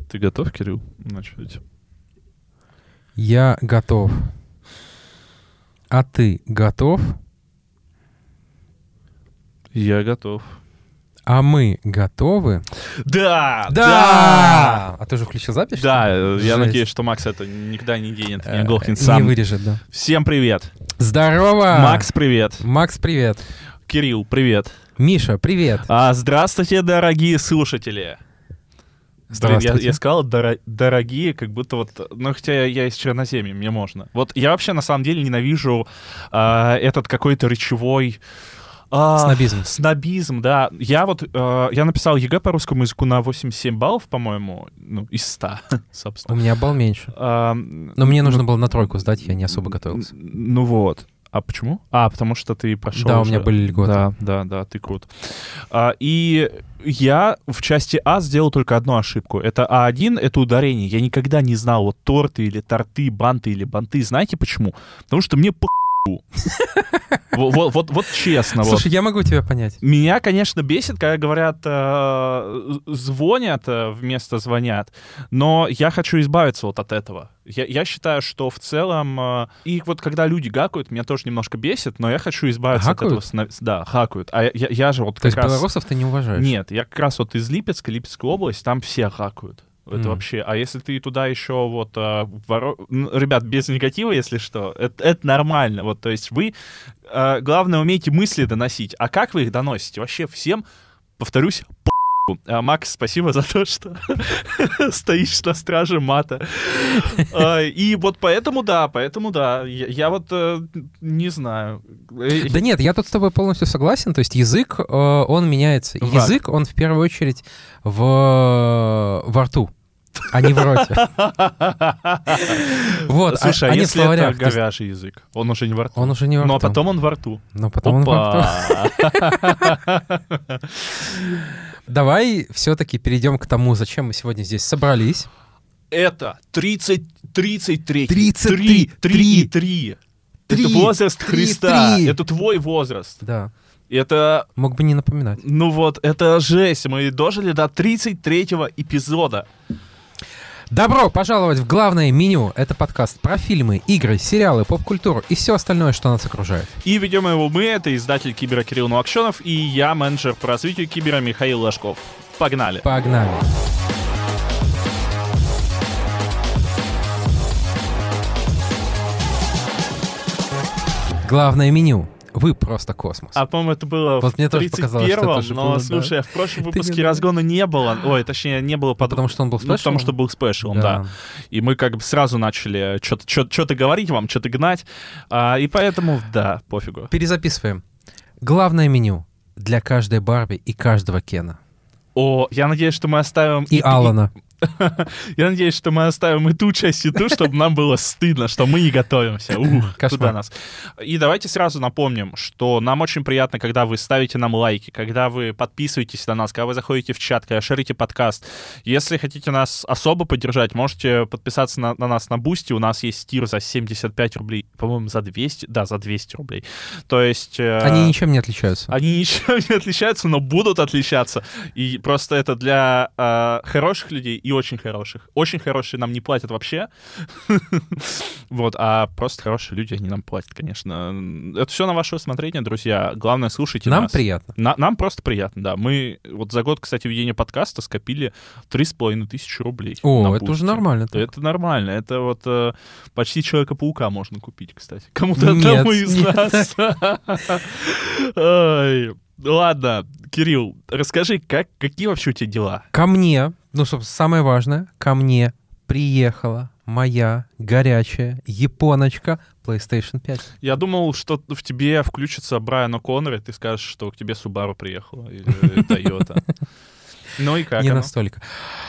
Ты готов, Кирилл, начать? Я готов. А ты готов? Я готов. А мы готовы? Да! Да! А ты уже включил запись? Да, я Жесть. надеюсь, что Макс это никогда не денет, не оглохнет сам. Не вырежет, да. Всем привет. Здорово! Макс, привет. Макс, привет. Кирилл, привет. Миша, привет. Здравствуйте, дорогие слушатели. Здравствуйте. Я сказал дорогие, как будто вот... Ну, хотя я из Черноземья, мне можно. Вот я вообще, на самом деле, ненавижу этот какой-то речевой... Снобизм. Снобизм, да. Я написал ЕГЭ по русскому языку на 87 баллов, по-моему, ну, из 100, У собственно. меня балл меньше. Но мне нужно было на тройку сдать, я не особо готовился. Ну вот. А почему? Потому что ты прошел. Да, у уже. меня были льготы. Да, ты крут. И я в части А сделал только одну ошибку. Это А1, это ударение. Я никогда не знал вот торты или торты, банты или банты. Знаете почему? Потому что мне Вот честно. Слушай, я могу тебя понять. Меня, конечно, бесит, когда говорят, звонят вместо звонят, но я хочу избавиться вот от этого. Я считаю, что в целом... И вот когда люди гакают, меня тоже немножко бесит, но я хочу избавиться от этого. Да, хакают. А я же вот То как есть раз... белорусов ты не уважаешь? Нет, я как раз вот из Липецка, Липецкая область, там все хакают. Это вообще... А если ты туда еще вот... Ребят, без негатива, если что, это нормально. Вот, то есть вы, главное, умеете мысли доносить. А как вы их доносите? Вообще всем, повторюсь, Макс, спасибо за то, что стоишь на страже мата. И вот поэтому да. Я вот не знаю. Да нет, я тут с тобой полностью согласен. То есть язык, он меняется. Язык, он в первую очередь во рту, а не в роте. Вот, слушай, а не в если словарях. это говяжий язык? Он уже не во рту. Он уже не во рту. Но потом он во рту. Давай все-таки перейдем к тому, зачем мы сегодня здесь собрались. Это 33. 33. Это возраст Христа. Это твой возраст. Да. Это... Мог бы не напоминать. Ну вот, это жесть. Мы дожили до 33-го эпизода. Добро пожаловать в главное меню. Это подкаст про фильмы, игры, сериалы, поп-культуру и все остальное, что нас окружает. И ведем его мы, это издатель Кибера Кирилл Новокшенов, и я, менеджер по развитию Кибера Михаил Ложков. Погнали. Погнали. Главное меню. Вы просто космос. По-моему, это было вот в мне тоже показалось, что '31-м, тоже но, было, слушай, в прошлом выпуске разгона не было. Ой, точнее, не было... Потому что он был спешл? Потому что был спешл, да. И мы как бы сразу начали что-то говорить вам, что-то гнать. И поэтому, да, пофигу. Перезаписываем. Главное меню для каждой Барби и каждого Кена. Я надеюсь, что мы оставим... И Алана. Я надеюсь, что мы оставим и ту часть, и ту, чтобы нам было стыдно, что мы не готовимся. Куда нас. И давайте сразу напомним, что нам очень приятно, когда вы ставите нам лайки, когда вы подписываетесь на нас, когда вы заходите в чат, когда шерите подкаст. Если хотите нас особо поддержать, можете подписаться на нас на Бусти. У нас есть тир за 75 рублей. По-моему, за 200. Да, за 200 рублей. То есть... Они ничем не отличаются. Они ничем не отличаются, но будут отличаться. И просто это для хороших людей и очень хороших. Очень хорошие нам не платят вообще. Вот, а просто хорошие люди, они нам платят, конечно. Это все на ваше усмотрение, друзья. Главное, слушайте нас. Нам приятно. Нам просто приятно, да. Мы вот за год, кстати, ведения подкаста скопили 3500 рублей. О, это уже нормально. Это нормально. Это вот почти Человека-паука можно купить, кстати. Кому-то одному из нас. Ладно, Кирилл, расскажи, какие вообще у тебя дела? Ко мне, собственно, самое важное, ко мне приехала моя горячая японочка PlayStation 5. Я думал, что в тебе включится Брайан О'Коннор, и ты скажешь, что к тебе Subaru приехала, или Toyota. Ну и как Не оно? настолько.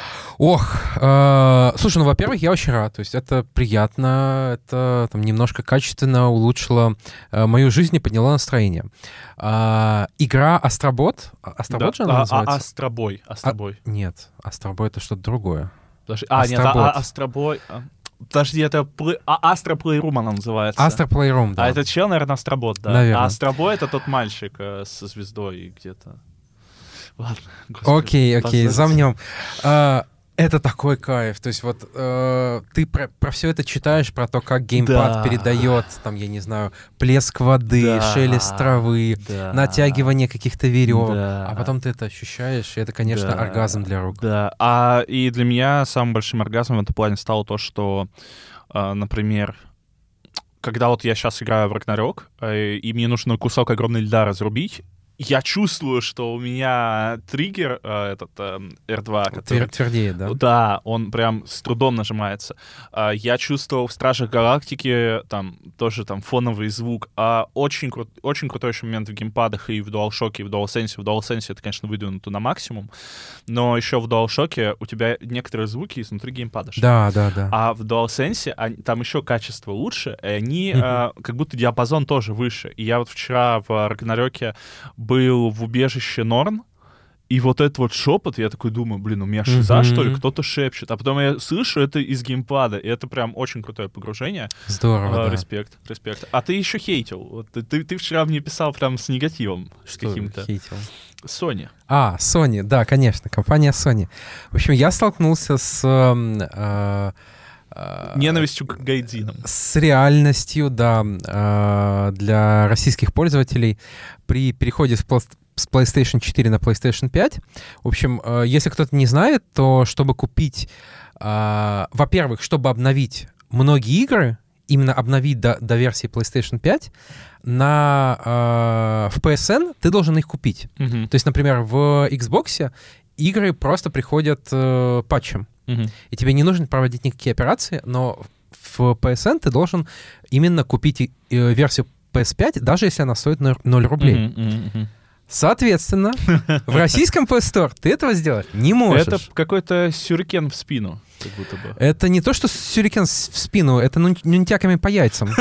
Слушай, во-первых, я очень рад. То есть это приятно, это там немножко качественно улучшило мою жизнь и подняло настроение. Игра Астробот. Астробот же она называется? Астробой. Нет, Астробой — это что-то другое. Нет, Астробой... Подожди, это Astro Playroom она называется. Astro Playroom, да. А это чел, наверное, Астробот, да? Наверное. А Астробой — это тот мальчик со звездой где-то. Ладно. Окей, замнем. Это такой кайф. То есть вот ты про все это читаешь, про то, как геймпад передает, там, я не знаю, плеск воды, шелест травы, натягивание каких-то веревок, а потом ты это ощущаешь, и это, конечно, оргазм для рук. Да, и для меня самым большим оргазмом в этом плане стало то, что, например, когда вот я сейчас играю в Ragnarok, и мне нужно кусок огромного льда разрубить, я чувствую, что у меня триггер, R2, который... Твердеет, да? Да, он прям с трудом нажимается. Я чувствовал в Стражах Галактики там тоже там фоновый звук. Очень крутой еще момент в геймпадах и в DualShock, и в DualSense. В DualSense это, конечно, выдвинуто на максимум, но еще в DualShock у тебя некоторые звуки изнутри геймпада. Да. А в DualSense там еще качество лучше, и они как будто диапазон тоже выше. И я вот вчера в Рагнарёке был в убежище Норн, и вот этот вот шепот, я такой думаю, блин, у меня шиза, что ли, кто-то шепчет. А потом я слышу это из геймпада, и это прям очень крутое погружение. Здорово, да. Респект. А ты еще хейтил. Вот, ты вчера мне писал прям с негативом. Что каким-то. Хейтил? Sony. Sony, да, конечно, компания Sony. В общем, я столкнулся с... ненавистью к гайдзинам. С реальностью, да, для российских пользователей при переходе с PlayStation 4 на PlayStation 5. В общем, если кто-то не знает, то чтобы купить... во-первых, чтобы обновить многие игры, именно обновить до версии PlayStation 5, в PSN ты должен их купить. То есть, например, в Xbox игры просто приходят патчем. И тебе не нужно проводить никакие операции, но в PSN ты должен именно купить версию PS5, даже если она стоит 0 рублей. Соответственно, в российском PS Store ты этого сделать не можешь. Это какой-то сюрикен в спину, как будто бы. Это не то, что сюрикен в спину, это нунтяками по яйцам.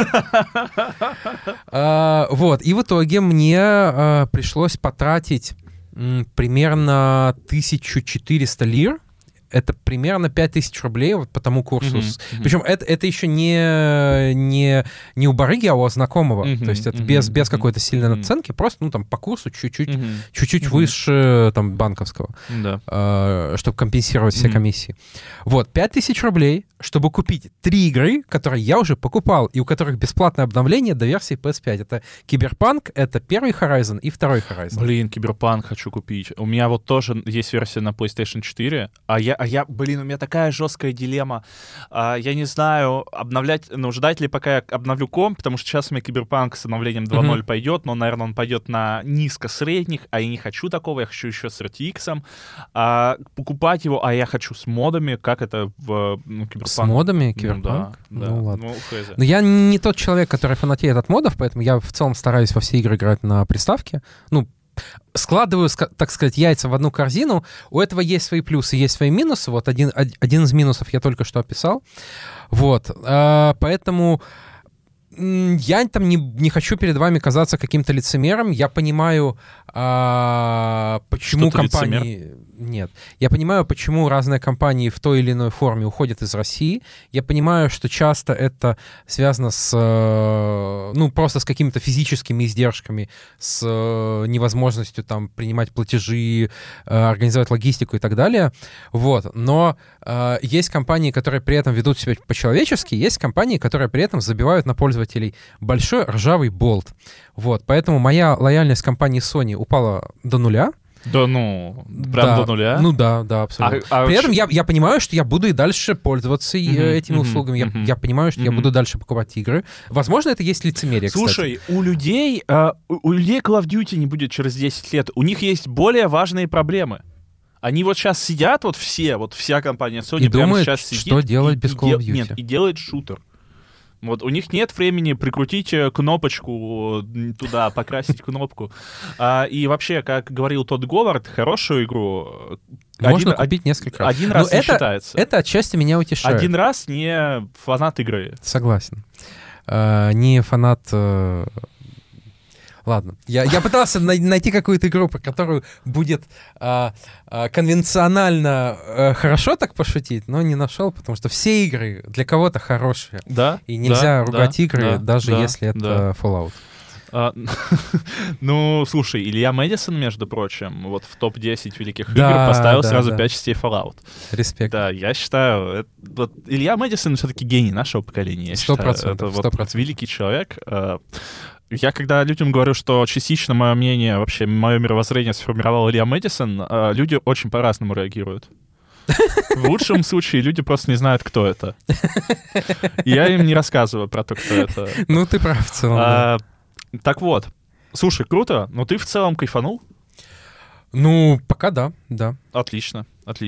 Вот, и в итоге мне пришлось потратить примерно 1400 лир. Это примерно 5000 рублей вот по тому курсу. Причем это еще не у барыги, а у знакомого. То есть это без какой-то сильной наценки, просто, ну, там, по курсу чуть-чуть выше там банковского, чтобы компенсировать все комиссии. Вот, 5000 рублей, чтобы купить 3 игры, которые я уже покупал, и у которых бесплатное обновление до версии PS5. Это Киберпанк, это первый Horizon и второй Horizon. Блин, Киберпанк хочу купить. У меня вот тоже есть версия на PlayStation 4, блин, у меня такая жесткая дилемма. Я не знаю, ждать ли, пока я обновлю комп, потому что сейчас у меня Киберпанк с обновлением 2.0 пойдет, но, наверное, он пойдет на низко-средних, а я не хочу такого, я хочу еще с RTX. Покупать его, я хочу с модами, как это в Киберпанк. С модами Киберпанк? Да. Ну ладно. Но я не тот человек, который фанатеет от модов, поэтому я в целом стараюсь во все игры играть на приставке. Складываю, так сказать, яйца в одну корзину. У этого есть свои плюсы, есть свои минусы. Вот один из минусов я только что описал. Вот. Поэтому я там не хочу перед вами казаться каким-то лицемером. Я понимаю, почему компании... Нет. Я понимаю, почему разные компании в той или иной форме уходят из России. Я понимаю, что часто это связано просто с какими-то физическими издержками, с невозможностью там принимать платежи, организовать логистику и так далее. Вот. Но есть компании, которые при этом ведут себя по-человечески, есть компании, которые при этом забивают на пользователей большой ржавый болт. Вот. Поэтому моя лояльность компании Sony упала до нуля. Да, до нуля? Ну да, абсолютно. При этом я понимаю, что я буду и дальше пользоваться этими услугами. Я понимаю, что я буду дальше покупать игры. Возможно, это есть лицемерие, Слушай, кстати. У людей Call of Duty не будет через 10 лет. У них есть более важные проблемы. Они вот сейчас сидят, вся компания Sony и прямо думает, сейчас сидит. Что делать без Call of Duty. Нет, и делает шутер. Вот у них нет времени прикрутить кнопочку туда, покрасить кнопку. И вообще, как говорил тот Говард, хорошую игру... Можно купить несколько раз. Один раз не считается. Это отчасти меня утешает. Один раз не фанат игры. Согласен. Не фанат... Ладно. Я пытался найти какую-то игру, про которую будет конвенционально хорошо так пошутить, но не нашел, потому что все игры для кого-то хорошие. Да. И нельзя ругать игры, даже если это Fallout. Ну, слушай, Илья Мэдисон, между прочим, вот в топ-10 великих игр поставил сразу 5 частей Fallout. Респект. Да, я считаю, вот Илья Мэдисон все-таки гений нашего поколения. 100%. Это вот великий человек. Я когда людям говорю, что частично мое мнение, вообще мое мировоззрение сформировал Илья Мэдисон, люди очень по-разному реагируют. В лучшем случае люди просто не знают, кто это. Я им не рассказываю про то, кто это. Ну, ты прав в целом. Так вот, слушай, круто, но ты в целом кайфанул? Ну, пока да. Отлично.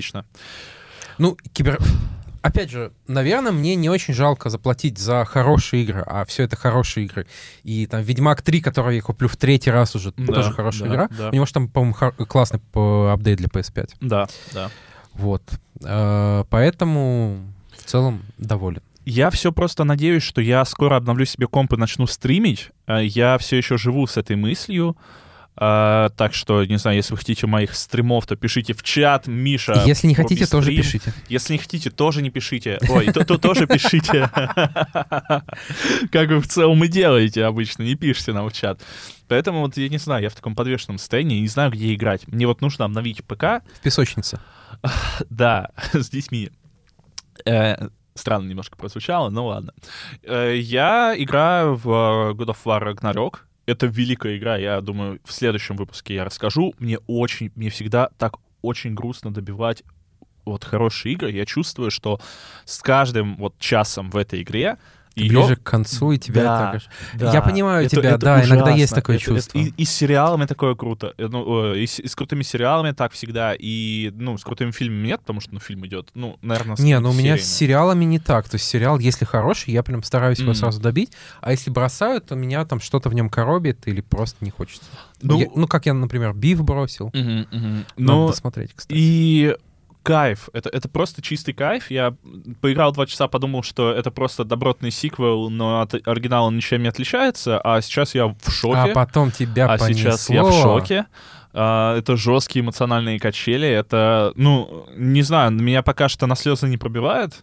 Ну, Опять же, наверное, мне не очень жалко заплатить за хорошие игры, а все это хорошие игры. И там «Ведьмак 3», который я куплю в 3-й раз уже, тоже хорошая игра. Да. У него же там, по-моему, классный апдейт для PS5. Да. Вот. Поэтому в целом доволен. Я все просто надеюсь, что я скоро обновлю себе комп и начну стримить. Я все еще живу с этой мыслью. Так что, не знаю, если вы хотите моих стримов, то пишите в чат, Миша. Если не хотите, тоже пишите. Если не хотите, тоже не пишите. Ой, то тоже пишите. Как вы в целом и делаете обычно, не пишите нам в чат. Поэтому вот, я не знаю, я в таком подвешенном состоянии, не знаю, где играть. Мне вот нужно обновить ПК. В песочнице. Да, с детьми. Странно немножко прозвучало, но ладно. Я играю в God of War Ragnarok. Это великая игра, я думаю, в следующем выпуске я расскажу. Мне всегда так очень грустно добивать вот хорошие игры. Я чувствую, что с каждым вот часом в этой игре ближе к концу, и тебя так... Да, я понимаю тебя, да, ужасно. Иногда есть такое чувство. И с сериалами такое круто. И с крутыми сериалами так всегда, и, с крутыми фильмами нет, потому что, фильм идет, наверное, с у меня с сериалами не так. То есть сериал, если хороший, я прям стараюсь его сразу добить, а если бросают, то меня там что-то в нем коробит или просто не хочется. Как я, например, Биф бросил. Надо посмотреть, кстати. И... Кайф. Это просто чистый кайф. Я поиграл 2 часа, подумал, что это просто добротный сиквел, но от оригинала ничем не отличается, а сейчас я в шоке. А потом тебя понесло. Сейчас я в шоке. Это жесткие эмоциональные качели. Это, не знаю, меня пока что на слезы не пробивает,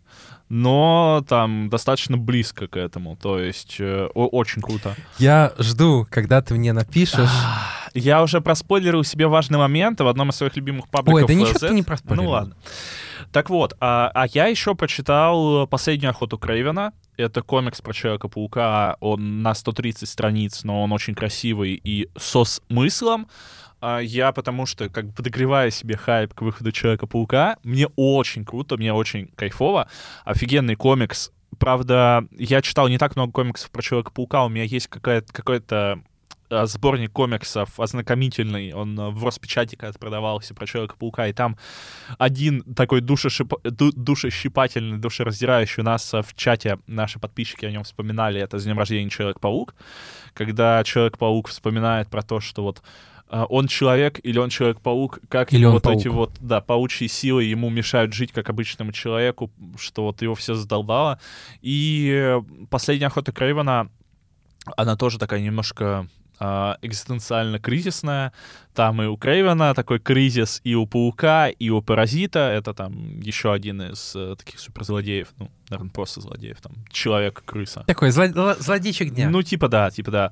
но там достаточно близко к этому. То есть очень круто. Я жду, когда ты мне напишешь. Я уже проспойлерил себе важный момент в одном из своих любимых пабликов. Ой, да ничего ты не проспойлерил. Ну ладно. Так вот, я еще прочитал «Последнюю охоту Крейвена». Это комикс про Человека-паука. Он на 130 страниц, но он очень красивый и со смыслом. Я потому что подогреваю себе хайп к выходу Человека-паука. Мне очень круто, мне очень кайфово. Офигенный комикс. Правда, я читал не так много комиксов про Человека-паука. У меня есть какой-то сборник комиксов ознакомительный, он в Роспечати когда-то продавался про Человека-паука, и там один такой душещипательный, душераздирающий, у нас в чате наши подписчики о нем вспоминали, это «С днем рождения Человек-паук», когда Человек-паук вспоминает про то, что вот он человек или он Человек-паук, как или вот паук. Эти вот, паучьи силы ему мешают жить как обычному человеку, что вот его все задолбало. И «Последняя охота Крейвена», она тоже такая немножко экзистенциально-кризисная. Там и у Крейвена такой кризис, и у Паука, и у Паразита. Это там еще один из таких суперзлодеев. Наверное, просто злодеев. Там Человек-крыса. Такой злодейчик дня. Типа да.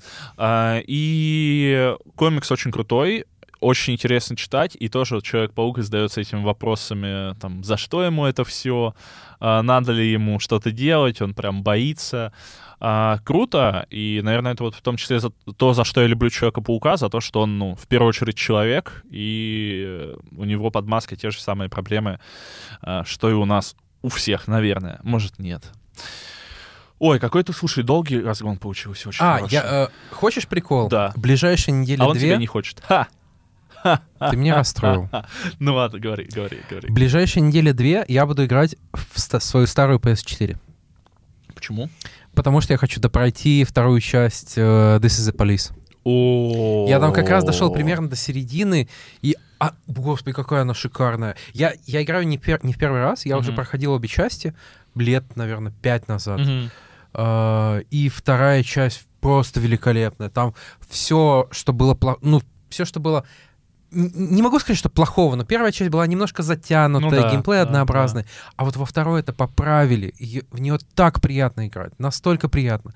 И комикс очень крутой. Очень интересно читать, и тоже Человек-паук задается этими вопросами, там, за что ему это все, надо ли ему что-то делать, он прям боится. Круто, и, наверное, это вот в том числе за что я люблю Человека-паука, за то, что он, в первую очередь, человек, и у него под маской те же самые проблемы, что и у нас, у всех, наверное, может, нет. Ой, какой-то, слушай, долгий разгон получился, очень хороший. Хочешь прикол? Да. Ближайшие недели 2... А он тебя не хочет. Ты меня расстроил. Ну ладно, говори. В ближайшие недели 2 я буду играть в свою старую PS4. Почему? Потому что я хочу допройти вторую часть This is the Police. Я там как раз дошел примерно до середины, и... Господи, какая она шикарная. Я играю не в первый раз, я уже проходил обе части, лет, наверное, 5 назад. И вторая часть просто великолепная. Там все, что было... все, что было... Не могу сказать, что плохого, но первая часть была немножко затянутая, геймплей однообразный. Да. А вот во второй это поправили, и в нее так приятно играть, настолько приятно.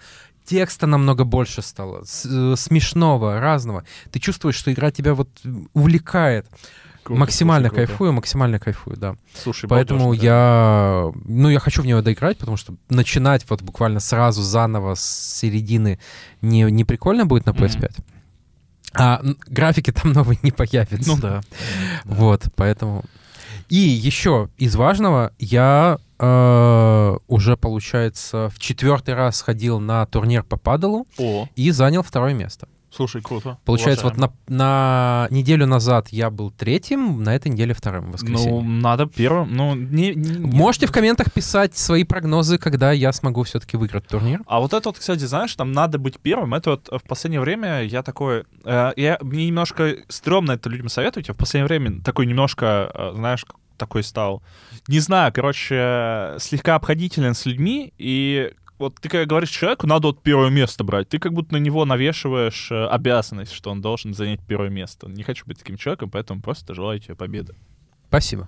текста намного больше стало, смешного, разного. Ты чувствуешь, что игра тебя вот увлекает. Круто, максимально кайфую, да. Слушай, поэтому балдеж, я хочу в нее доиграть, потому что начинать вот буквально сразу заново с середины не прикольно будет на PS5. А графики там новые не появятся. Ну да. Вот, поэтому... И еще из важного, я уже, получается, в 4-й раз сходил на турнир по паделу и занял 2-е место. Слушай, круто. Получается, вот на неделю назад я был 3-м, на этой неделе 2-м в воскресенье. Ну, надо первым. Ну, можете в комментах писать свои прогнозы, когда я смогу все-таки выиграть турнир. А вот это вот, кстати, знаешь, там надо быть первым. Это вот в последнее время я такой... мне немножко стрёмно это людям советовать. Я в последнее время такой немножко, знаешь, такой стал... Не знаю, короче, слегка обходителен с людьми, и... Вот ты когда говоришь человеку, надо вот первое место брать, ты как будто на него навешиваешь обязанность, что он должен занять первое место. Не хочу быть таким человеком, поэтому просто желаю тебе победы. Спасибо.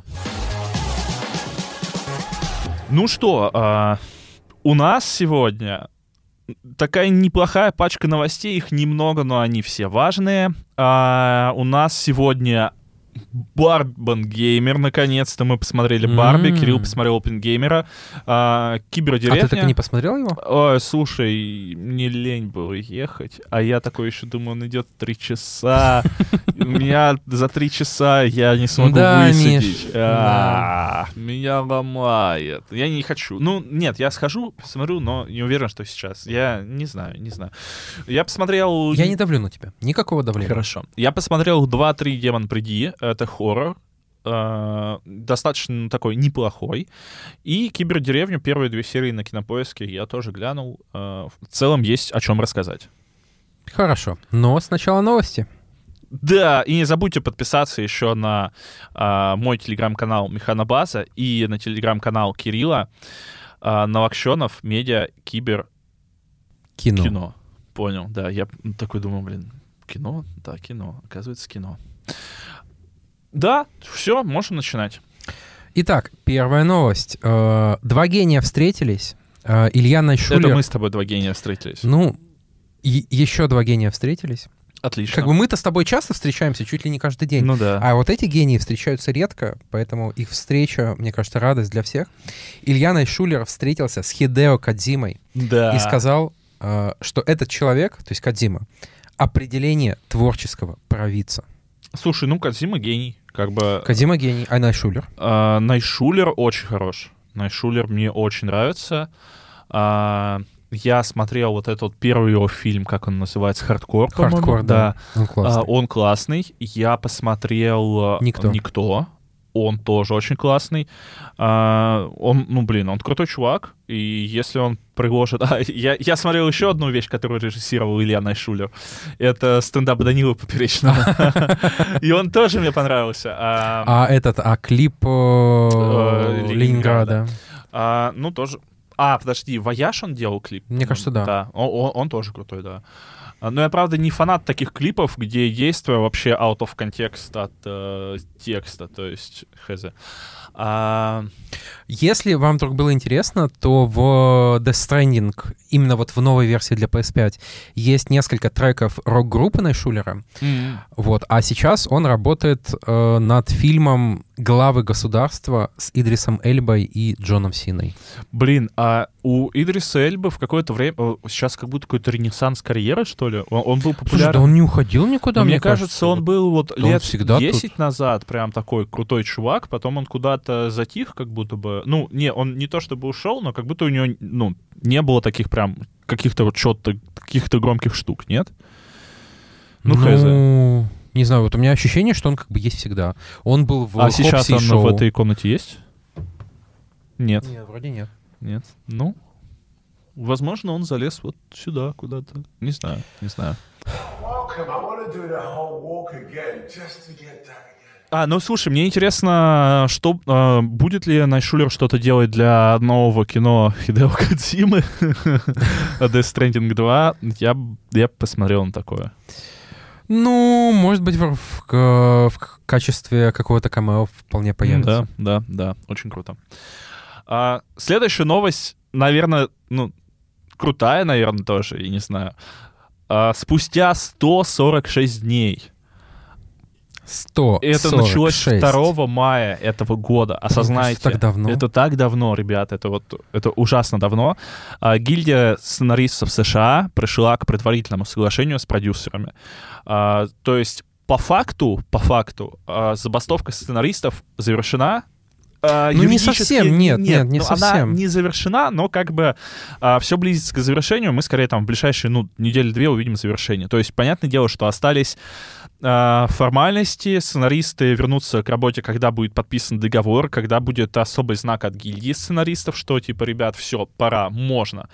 Ну что, у нас сегодня такая неплохая пачка новостей, их немного, но они все важные. У нас сегодня... Барбангеймер, наконец-то мы посмотрели Барби, Кирилл посмотрел Опенгеймера, Кибердеревня. А ты так и не посмотрел его? Ой, слушай, мне лень было ехать, а я такой еще думаю, он идет 3 часа, у меня за 3 часа я не смогу высидеть. Меня ломает. Я не хочу. Ну, нет, я схожу, посмотрю, но не уверен, что сейчас. Я не знаю. Я посмотрел... Я не давлю на тебя. Никакого давления. Хорошо. Я посмотрел 2-3 «Демон, приди». Это хоррор. Достаточно такой неплохой. И «Кибердеревню», первые 2 серии на Кинопоиске я тоже глянул. В целом есть о чем рассказать. Хорошо. Но сначала новости. Да, и не забудьте подписаться еще на мой телеграм-канал Механобаза и на телеграм-канал Кирилла Новокщенов, медиа, кибер, кино. Понял, да. Я такой думаю, кино? Да, кино. Оказывается, кино. Да, все, можем начинать. Итак, первая новость. 2 гения встретились. Илья Найшулер... Это мы с тобой 2 гения встретились. Ну, еще 2 гения встретились. Отлично. Как бы мы-то с тобой часто встречаемся, чуть ли не каждый день. Ну да. А вот эти гении встречаются редко, поэтому их встреча, мне кажется, радость для всех. Илья Найшулер встретился с Хидео Кодзимой и сказал, что этот человек, то есть Кодзима, определение творческого провидца. Слушай, Кодзима гений. Кодзима гений, а Найшулер? Найшулер очень хорош. Найшулер мне очень нравится. Я смотрел вот этот первый его фильм, как он называется, «Хардкор», по-моему. «Хардкор», да. Он классный. Я посмотрел «Никто». Он тоже очень классный. Он крутой чувак. И если он приложит... Я смотрел еще одну вещь, которую режиссировал Илья Найшулер. Это стендап Данила Поперечного. И он тоже мне понравился. Клип Ленинграда. Тоже... подожди, «Вояж» он делал клип? Мне кажется, да. Да, он тоже крутой, да. Но я, правда, не фанат таких клипов, где действие вообще out of context от текста, то есть хз. Если вам вдруг было интересно, то в Death Stranding, именно вот в новой версии для PS5, есть несколько треков рок-группы Найшулера. Вот, а сейчас он работает над фильмом «Главы государства» с Идрисом Эльбой и Джоном Синой. Блин, а у Идриса Эльбы в какое-то время... Сейчас как будто какой-то ренессанс карьеры, что ли? Он был популярен. Слушай, да он не уходил никуда, мне кажется. Он был вот лет 10 тут назад прям такой крутой чувак, потом он куда-то затих, как будто бы... Он не то чтобы ушел, но как будто у него, не было таких прям каких-то вот каких-то громких штук, нет? хз. Не знаю, вот у меня ощущение, что он как бы есть всегда. Он был в Хопси сейчас он шоу. В этой комнате есть? Нет. Нет, вроде нет. Нет. Возможно, он залез вот сюда куда-то. Не знаю. Слушай, мне интересно, что будет ли Найшулер что-то делать для нового кино Хидео Кодзимы Death Stranding 2. Я посмотрел на такое. Может быть, в качестве какого-то камео вполне появится. Да, очень круто. Следующая новость, наверное, крутая, наверное, тоже, я не знаю. Спустя 146 дней. 146. Это началось 2 мая этого года. Осознайте. Это так давно. Это так давно, ребят. Это ужасно давно. Гильдия сценаристов США пришла к предварительному соглашению с продюсерами. То есть, по факту, забастовка сценаристов завершена. Не совсем, нет, не совсем. Она не завершена, но как бы все близится к завершению. Мы скорее там в ближайшие, недели-две увидим завершение. То есть, понятное дело, что остались формальности, сценаристы вернутся к работе, когда будет подписан договор, когда будет особый знак от гильдии сценаристов, что типа, ребят, все, пора, можно.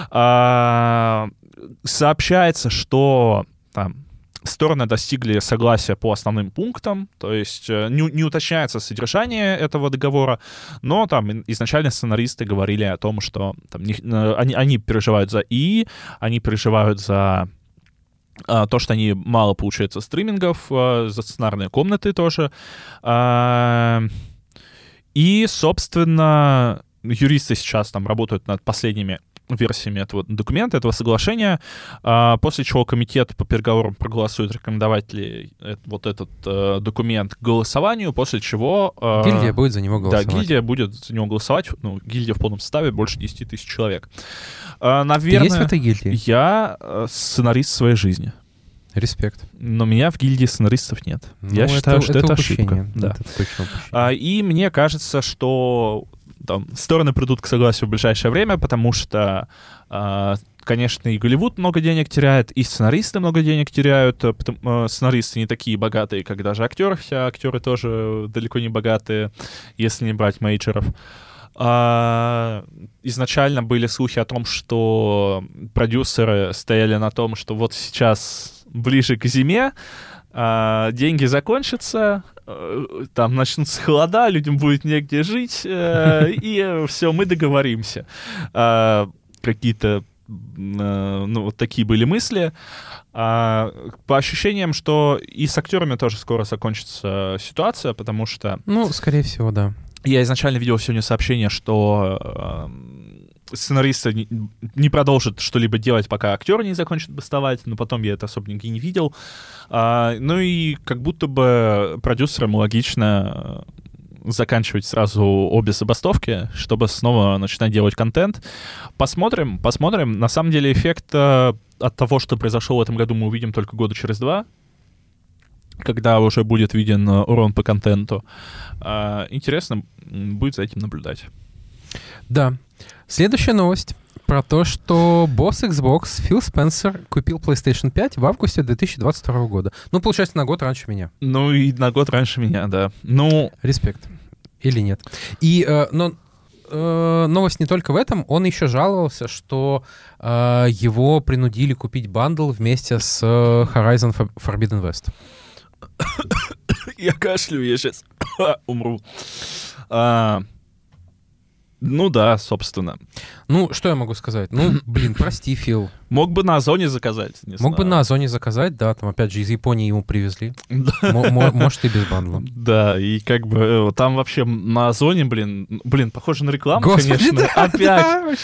Сообщается, что там стороны достигли согласия по основным пунктам, то есть не уточняется содержание этого договора, но там изначально сценаристы говорили о том, что там, они переживают за они переживают за то, что они мало получается стримингов, за сценарные комнаты тоже. И, собственно, юристы сейчас там работают над последними версиями этого документа, этого соглашения, после чего комитет по переговорам проголосует, рекомендовать ли вот этот документ к голосованию, после чего... Гильдия будет за него голосовать. Да, гильдия будет за него голосовать. Гильдия в полном составе, больше 10 тысяч человек. Наверное, ты есть в этой гильдии? Я сценарист своей жизни. Респект. Но меня в гильдии сценаристов нет. Я считаю, что это ошибка. Да. Это точно упущение. И мне кажется, что там стороны придут к согласию в ближайшее время, потому что, конечно, и Голливуд много денег теряет, и сценаристы много денег теряют. Сценаристы не такие богатые, как даже актеры, хотя актеры тоже далеко не богатые, если не брать мейджеров. Изначально были слухи о том, что продюсеры стояли на том, что вот сейчас ближе к зиме деньги закончатся, там начнутся холода, людям будет негде жить, и все, мы договоримся. Какие-то, вот такие были мысли. По ощущениям, что и с актерами тоже скоро закончится ситуация, потому что... скорее всего, да. Я изначально видел сегодня сообщение, что сценаристы не продолжат что-либо делать, пока актеры не закончат бастовать, но потом я это особо нигде не видел. И как будто бы продюсерам логично заканчивать сразу обе забастовки, чтобы снова начинать делать контент. Посмотрим. На самом деле эффект от того, что произошло в этом году, мы увидим только года через 2, когда уже будет виден урон по контенту. Интересно будет за этим наблюдать. Да. Следующая новость про то, что босс Xbox Фил Спенсер купил PlayStation 5 в августе 2022 года. Получается, на год раньше меня. И на год раньше меня, да. Респект. Или нет. Но новость не только в этом. Он еще жаловался, что его принудили купить бандл вместе с Horizon Forbidden West. Я кашляю, я сейчас умру. Да, собственно. Что я могу сказать? Прости, Фил. Мог бы на Озоне заказать. Мог бы на Озоне заказать, да, там опять же из Японии ему привезли. Может, и без бандла. Да, и как бы там вообще на Озоне, похоже на рекламу, конечно. Да, опять.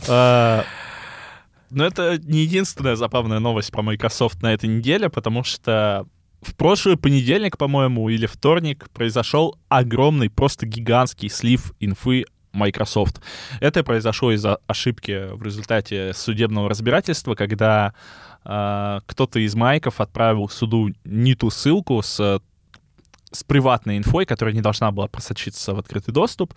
Но это не единственная забавная новость про Microsoft на этой неделе, потому что в прошлый понедельник, по-моему, или вторник произошел огромный, просто гигантский слив инфы Microsoft. Это произошло из-за ошибки в результате судебного разбирательства, когда кто-то из майков отправил суду не ту ссылку с приватной инфой, которая не должна была просочиться в открытый доступ.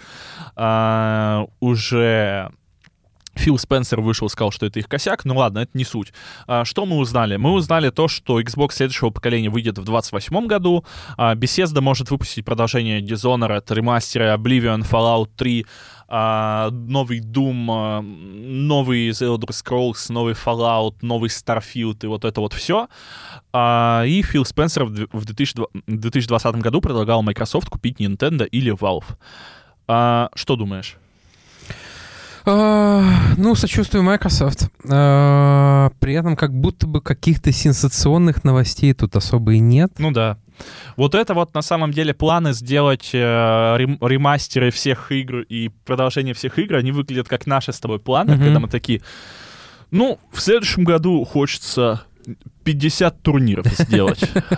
Уже Фил Спенсер вышел и сказал, что это их косяк. Ладно, это не суть. Что мы узнали? Мы узнали то, что Xbox следующего поколения выйдет в 2028 году. Bethesda может выпустить продолжение Dishonored, ремастеры Oblivion, Fallout 3, новый Doom, новый The Elder Scrolls, новый Fallout, новый Starfield и вот это вот все. И Фил Спенсер в 2020 году предлагал Microsoft купить Nintendo или Valve. Что думаешь? Сочувствую Microsoft. При этом как будто бы каких-то сенсационных новостей тут особо и нет. Да. Вот это вот на самом деле планы сделать ремастеры всех игр и продолжение всех игр, они выглядят как наши с тобой планы, когда мы такие... Ну, в следующем году хочется 50 турниров сделать.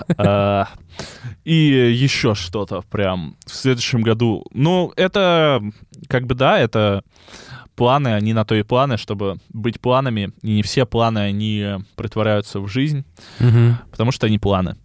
И еще что-то прям в следующем году. Ну, это как бы да, это планы, они на то и планы, чтобы быть планами. И не все планы, они притворяются в жизнь, потому что они планы.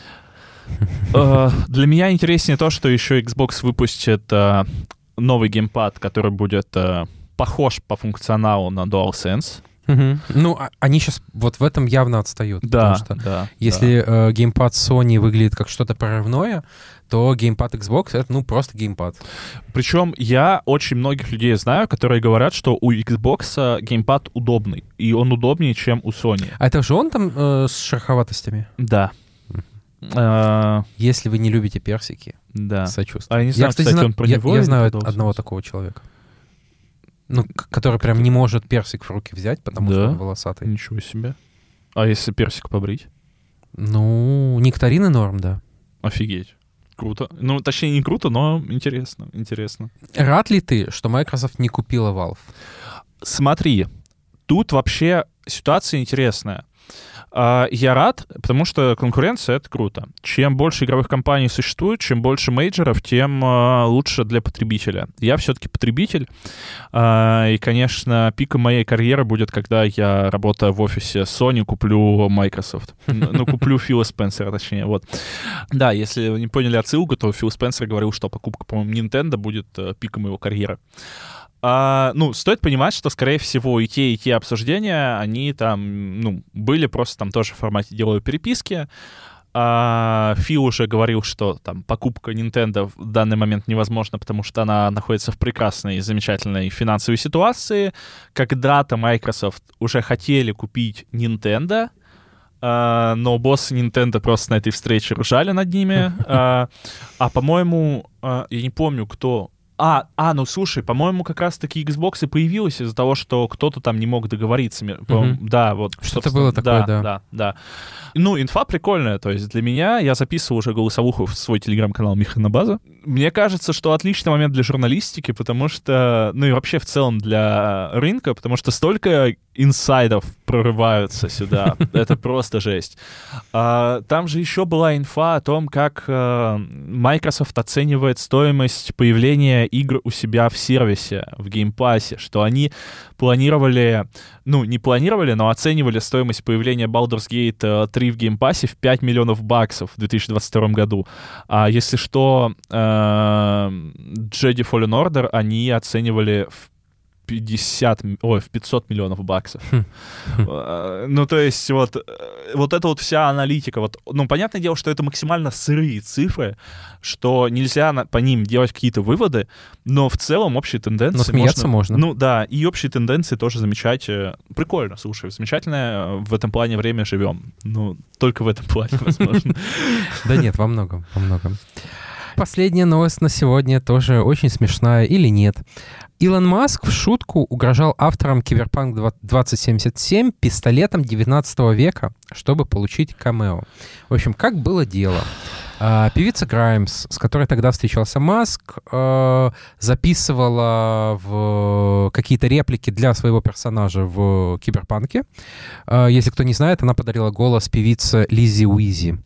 Для меня интереснее то, что еще Xbox выпустит новый геймпад, который будет похож по функционалу на DualSense. Ну, они сейчас вот в этом явно отстают. Да, потому что если геймпад Sony выглядит как что-то прорывное, то геймпад Xbox — это, ну, просто геймпад. Причем я очень многих людей знаю, которые говорят, что у Xbox геймпад удобный, и он удобнее, чем у Sony. А это же он там с шероховатостями? Да. Если вы не любите персики, сочувствую. А я не знаю, кстати, он про него я знаю одного такого человека. Ну, который прям не может персик в руки взять, потому что он волосатый. Ничего себе. А если персик побрить? Ну, нектарины норм, да. Офигеть. Круто. Ну, точнее, не круто, но интересно. Рад ли ты, что Microsoft не купила Valve? Смотри, тут вообще ситуация интересная. Я рад, потому что конкуренция — это круто. Чем больше игровых компаний существует, чем больше мейджоров, тем лучше для потребителя. Я все-таки потребитель, и, конечно, пиком моей карьеры будет, когда я, работая в офисе Sony, куплю Microsoft. Ну, куплю Фила Спенсера, точнее, вот. Да, если вы не поняли отсылку, то Фил Спенсер говорил, что покупка, по-моему, Nintendo будет пиком его карьеры. Ну, стоит понимать, что, скорее всего, и те обсуждения, они там, ну, были просто там тоже в формате деловой переписки. Фил уже говорил, что там покупка Nintendo в данный момент невозможна, потому что она находится в прекрасной и замечательной финансовой ситуации. Когда-то Microsoft уже хотели купить Nintendo, но боссы Nintendo просто на этой встрече ржали над ними. По-моему, я не помню, кто... ну слушай, по-моему, как раз-таки Xbox и появилась из-за того, что кто-то там не мог договориться. Да, вот. Что-то было такое, да. Ну, инфа прикольная, то есть для меня, я записывал уже голосовуху в свой телеграм-канал Михаила База. Мне кажется, что отличный момент для журналистики, потому что, ну и вообще в целом для рынка, потому что столько инсайдов прорываются сюда. Это просто жесть. Там же еще была инфа о том, как Microsoft оценивает стоимость появления игр у себя в сервисе, в геймпассе, что они планировали, ну, не планировали, но оценивали стоимость появления Baldur's Gate 3 в геймпассе в $5 миллионов в 2022 году. А если что, Jedi Fallen Order они оценивали в 500 миллионов баксов. Ну, то есть, вот это вот вся аналитика. Вот, ну, понятное дело, что это максимально сырые цифры, что нельзя по ним делать какие-то выводы, но в целом общие тенденции... Но смеяться можно. Ну, да, и общие тенденции тоже замечать. Прикольно, слушай, замечательное в этом плане время живем. Ну, только в этом плане, возможно. Да нет, во многом. Последняя новость на сегодня тоже очень смешная или нет. Илон Маск в шутку угрожал авторам Cyberpunk 2077 пистолетом 19 века, чтобы получить камео. В общем, как было дело? Певица Граймс, с которой тогда встречался Маск, записывала в какие-то реплики для своего персонажа в Киберпанке. Если кто не знает, она подарила голос певице Лиззи Уизи.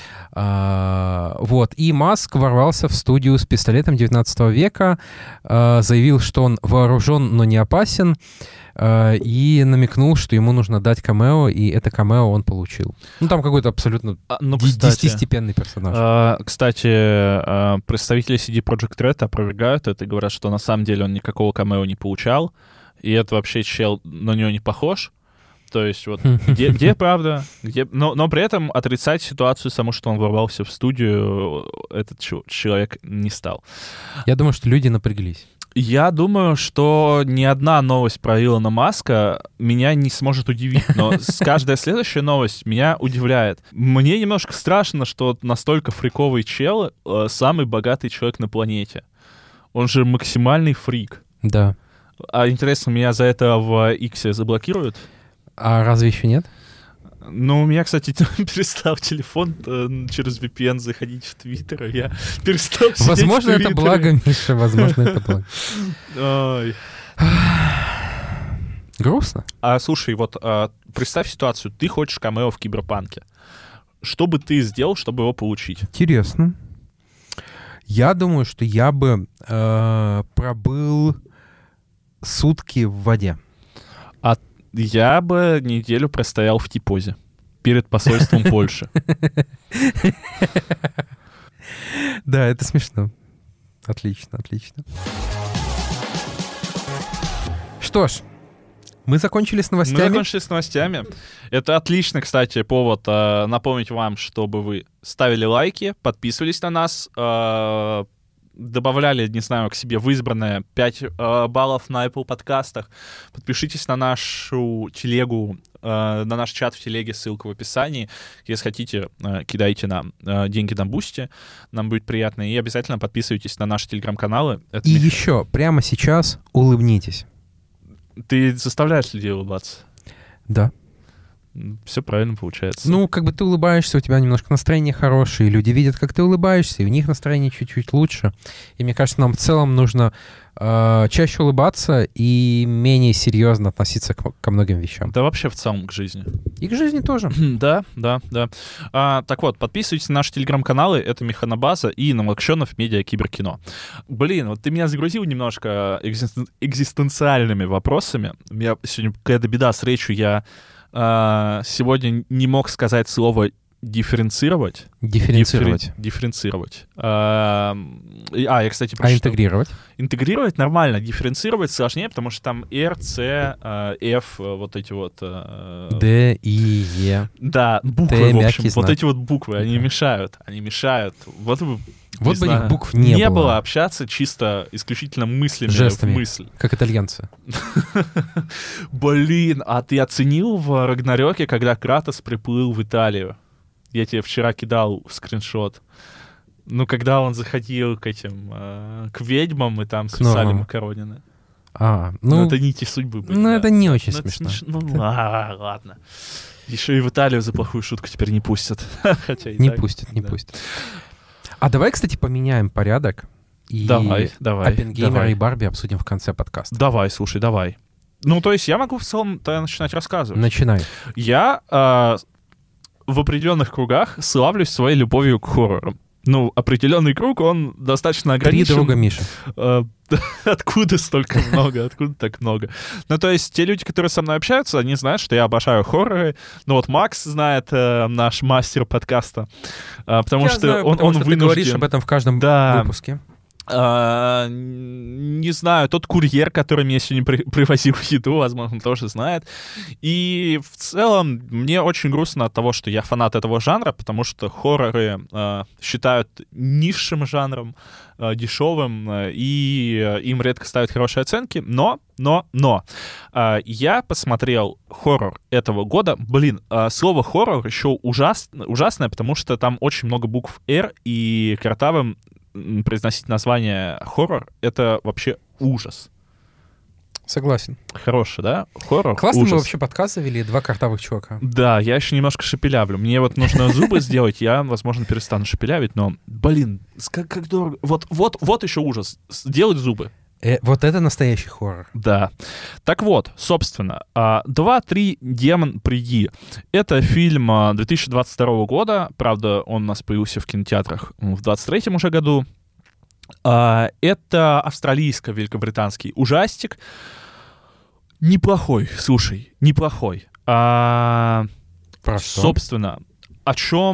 Вот. И Маск ворвался в студию с пистолетом 19 века, заявил, что он вооружен, но не опасен, и намекнул, что ему нужно дать камео, и это камео он получил. Ну, там какой-то абсолютно десятистепенный персонаж. Кстати, представители CD Projekt Red опровергают это и говорят, что на самом деле он никакого камео не получал, и это вообще чел на него не похож. То есть вот где правда, но при этом отрицать ситуацию саму, что он ворвался в студию, этот человек не стал. Я думаю, что люди напряглись. Я думаю, что ни одна новость про Илона Маска меня не сможет удивить, но каждая следующая новость меня удивляет. Мне немножко страшно, что настолько фриковый чел самый богатый человек на планете. Он же максимальный фрик. Да. А интересно, меня за это в Иксе заблокируют? А разве еще нет? Ну, у меня, кстати, перестал телефон через VPN заходить в Твиттер, и я перестал сидеть возможно, в Твиттере. это благо, Миша, возможно, это благо. Грустно. Слушай, вот представь ситуацию, ты хочешь камео в Киберпанке. Что бы ты сделал, чтобы его получить? Интересно. Я думаю, что я бы пробыл сутки в воде. А я бы неделю простоял в T-позе перед посольством Польши. Да, это смешно. Отлично, отлично. Что ж, мы закончили с новостями. Мы закончили с новостями. Это отлично, кстати, повод напомнить вам, чтобы вы ставили лайки, подписывались на нас, добавляли, не знаю, к себе в избранное 5 баллов на Apple подкастах. Подпишитесь на нашу телегу, на наш чат в телеге, ссылка в описании. Если хотите, кидайте нам деньги на Бусти, нам будет приятно. И обязательно подписывайтесь на наши телеграм-каналы. И еще, прямо сейчас улыбнитесь. Ты заставляешь людей улыбаться? Да. Все правильно получается. Ну, как бы ты улыбаешься, у тебя немножко настроение хорошее, и люди видят, как ты улыбаешься, и у них настроение чуть-чуть лучше. И мне кажется, нам в целом нужно чаще улыбаться и менее серьезно относиться ко многим вещам. Да вообще в целом к жизни. И к жизни тоже. Да. Так вот, подписывайтесь на наши телеграм-каналы. Это Механобаза и Налокшенов Медиа Киберкино. Блин, вот ты меня загрузил немножко экзистенциальными вопросами. У меня сегодня какая-то беда с речью. Я сегодня не мог сказать слово дифференцировать. Дифференцировать. Я, кстати, прочитал. А интегрировать? Интегрировать нормально. Дифференцировать сложнее, потому что там R, C, F, вот эти вот... D, E, E. Да, буквы, в общем. Вот эти вот буквы, они мешают. Вот бы их букв не было. Общаться чисто исключительно мыслями. Жестами, в мысль. Как итальянцы. Блин, а ты оценил в Рагнарёке, когда Кратос приплыл в Италию? Я тебе вчера кидал скриншот. Ну, когда он заходил к этим, к ведьмам, и там списали макаронины. Ну, это нити судьбы были. Ну, это не очень смешно. Ладно. Еще и в Италию за плохую шутку теперь не пустят. Не пустят. А давай, кстати, поменяем порядок. И давай. Оппенгеймера и Барби обсудим в конце подкаста. Давай. Ну, то есть я могу в целом начинать рассказывать. Начинай. Я в определенных кругах славлюсь своей любовью к хоррорам. Ну, определенный круг, он достаточно ограничен. 3 друга Миши. Откуда столько много? Откуда так много? Ну, то есть те люди, которые со мной общаются, они знают, что я обожаю хорроры. Ну, вот Макс знает, наш мастер подкаста. Потому что он вынужден... Ты говоришь об этом в каждом выпуске. Не знаю, тот курьер, который мне сегодня привозил еду, возможно, тоже знает. И в целом мне очень грустно от того, что я фанат этого жанра, потому что хорроры считают низшим жанром, дешевым, и им редко ставят хорошие оценки. Но я посмотрел хоррор этого года. Блин, слово хоррор еще ужасное, потому что там очень много букв R, и картавым произносить название хоррор — это вообще ужас. Согласен. Хороший, да? Хоррор. Классно ужас. Мы вообще подкаст завели, 2 картавых чувака. Да, я еще немножко шепелявлю. Мне вот нужно зубы сделать, я, возможно, перестану шепелявить, но, блин, как дорого. Вот еще ужас. Сделать зубы. Вот это настоящий хоррор. Да. Так вот, собственно, 2-3 «Демон, приди». Это фильм 2022 года. Правда, он у нас появился в кинотеатрах в 2023 уже году. Это австралийско-великобританский ужастик. Неплохой, слушай, неплохой. Собственно, в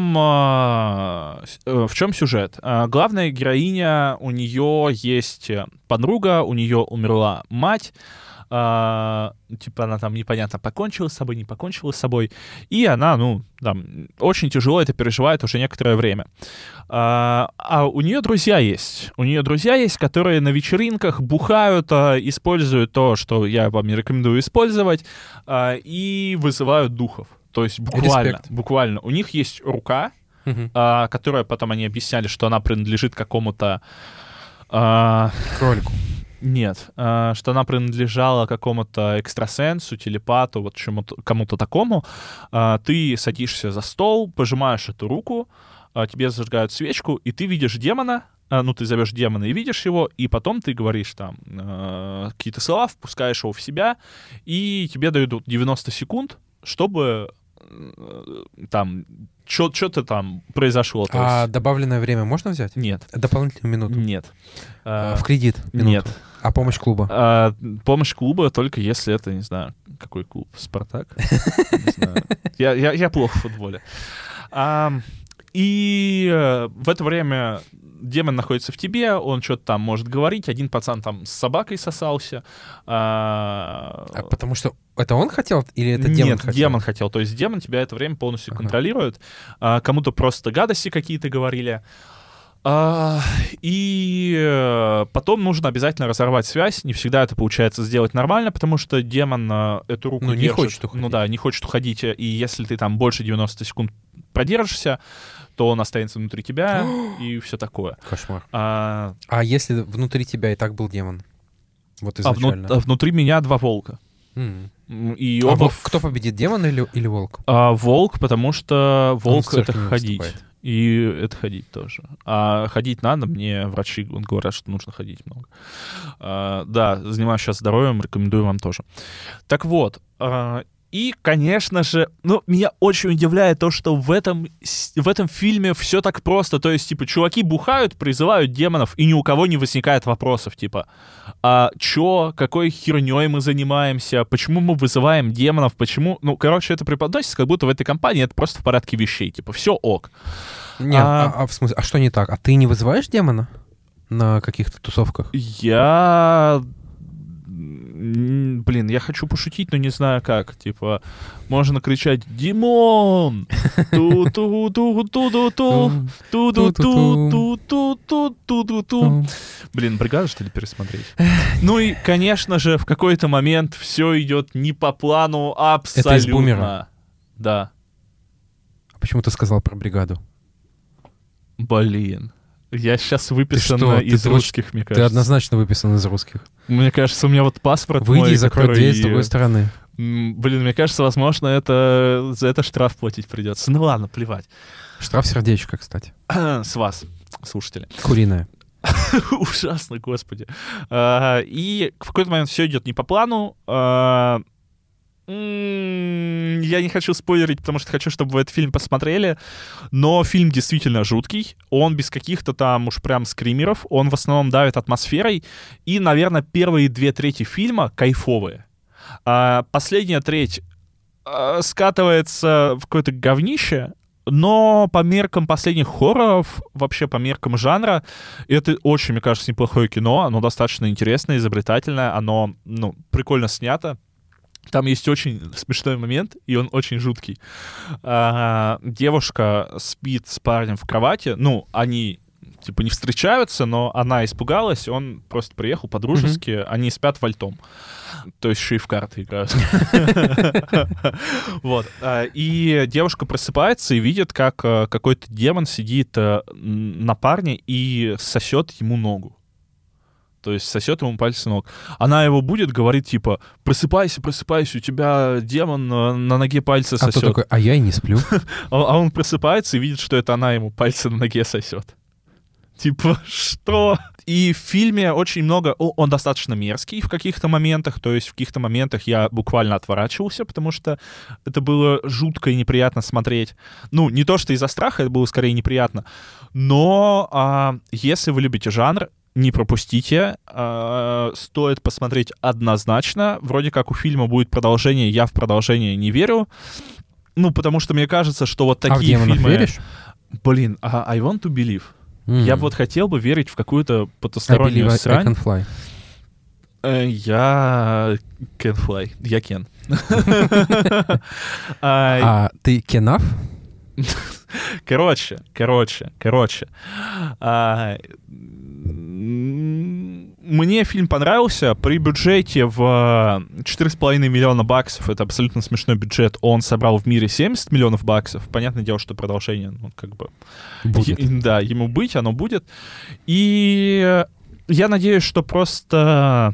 чем сюжет? Главная героиня, у нее есть подруга, у нее умерла мать, она там непонятно покончила с собой, не покончила с собой, и она, очень тяжело это переживает уже некоторое время. А у нее друзья есть. Которые на вечеринках бухают, используют то, что я вам не рекомендую использовать, и вызывают духов. То есть буквально. У них есть рука, которая потом они объясняли, что она принадлежит какому-то... кролику. Нет, что она принадлежала какому-то экстрасенсу, телепату, вот кому-то такому. Ты садишься за стол, пожимаешь эту руку, тебе зажигают свечку, и ты видишь демона, ну, ты зовешь демона и видишь его, и потом ты говоришь там какие-то слова, впускаешь его в себя, и тебе дают 90 секунд, чтобы там что-то там произошло. А добавленное время можно взять? Нет. Дополнительную минуту? Нет. В кредит? Минуту. Нет. А помощь клуба? Помощь клуба только если это, не знаю, какой клуб? Спартак? Не знаю. Я плохо в футболе. И в это время демон находится в тебе, он что-то там может говорить, один пацан там с собакой сосался. Потому что это он хотел или это демон хотел? Нет, демон хотел. То есть демон тебя это время полностью контролирует. Кому-то просто гадости какие-то говорили. И потом нужно обязательно разорвать связь. Не всегда это получается сделать нормально, потому что демон эту руку держит. Не хочет уходить. Ну да, не хочет уходить. И если ты там больше 90 секунд продержишься, то он останется внутри тебя и все такое. Кошмар. А если внутри тебя и так был демон? Вот изначально. Внутри меня 2 волка. И оба... кто победит, демон или волк? Волк, потому что волк — это ходить. И это ходить тоже. А ходить надо, мне врачи говорят, что нужно ходить много. Да, занимаюсь сейчас здоровьем, рекомендую вам тоже. Так вот, и, конечно же, меня очень удивляет то, что в этом фильме все так просто. То есть, типа, чуваки бухают, призывают демонов, и ни у кого не возникает вопросов, типа, какой херней мы занимаемся, почему мы вызываем демонов, почему... это преподносится, как будто в этой компании это просто в порядке вещей, типа, все ок. Нет, в смысле, а что не так? А ты не вызываешь демона на каких-то тусовках? Я хочу пошутить, но не знаю как. Типа, можно кричать «Димон!» Ту-ту-ту-ту-ту-ту-ту-ту-ту-ту-ту. Бригаду, что ли, пересмотреть? Ну и, конечно же, в какой-то момент все идет не по плану абсолютно. Это из «Бумера»? Да. А почему ты сказал про «Бригаду»? Я сейчас выписан из русских, мне кажется. Ты однозначно выписан из русских. Мне кажется, у меня вот паспорт мой, выйди и закрой дверь с другой стороны. Мне кажется, возможно, за это штраф платить придется. Ну ладно, плевать. Штраф сердечко, кстати. С вас, слушатели. Куриное. Ужасно, господи. И в какой-то момент все идет не по плану. Я не хочу спойлерить, потому что хочу, чтобы вы этот фильм посмотрели, но фильм действительно жуткий, он без каких-то там уж прям скримеров, он в основном давит атмосферой, и, наверное, первые 2/3 фильма кайфовые. Последняя треть скатывается в какое-то говнище, но по меркам последних хорроров, вообще по меркам жанра, это очень, мне кажется, неплохое кино, оно достаточно интересное, изобретательное, оно, прикольно снято. Там есть очень смешной момент, и он очень жуткий. Девушка спит с парнем в кровати. Они, типа, не встречаются, но она испугалась, он просто приехал по-дружески. Они спят вальтом. То есть еще и в карты играют. Вот. И девушка просыпается и видит, как какой-то демон сидит на парне и сосет ему ногу. То есть сосет ему пальцы ног. Она его будет, говорит, типа, просыпайся, у тебя демон на ноге пальцы сосет. А то такой, я и не сплю. А он просыпается и видит, что это она ему пальцы на ноге сосет. Типа, что? И в фильме очень много... Он достаточно мерзкий в каких-то моментах, то есть в каких-то моментах я буквально отворачивался, потому что это было жутко и неприятно смотреть. Не то, что из-за страха, это было скорее неприятно, но если вы любите жанр, не пропустите, стоит посмотреть однозначно. Вроде как у фильма будет продолжение, я в продолжение не верю. Потому что мне кажется, что вот такие фильмы... веришь? I want to believe. Я бы хотел бы верить в какую-то потустороннюю срань. I can fly. Я can fly. Я Кен. Ты Кенав? Короче. Мне фильм понравился. При бюджете в $4,5 миллиона, это абсолютно смешной бюджет, он собрал в мире $70 миллионов. Понятное дело, что продолжение, будет. Да, ему быть, оно будет. И я надеюсь, что просто...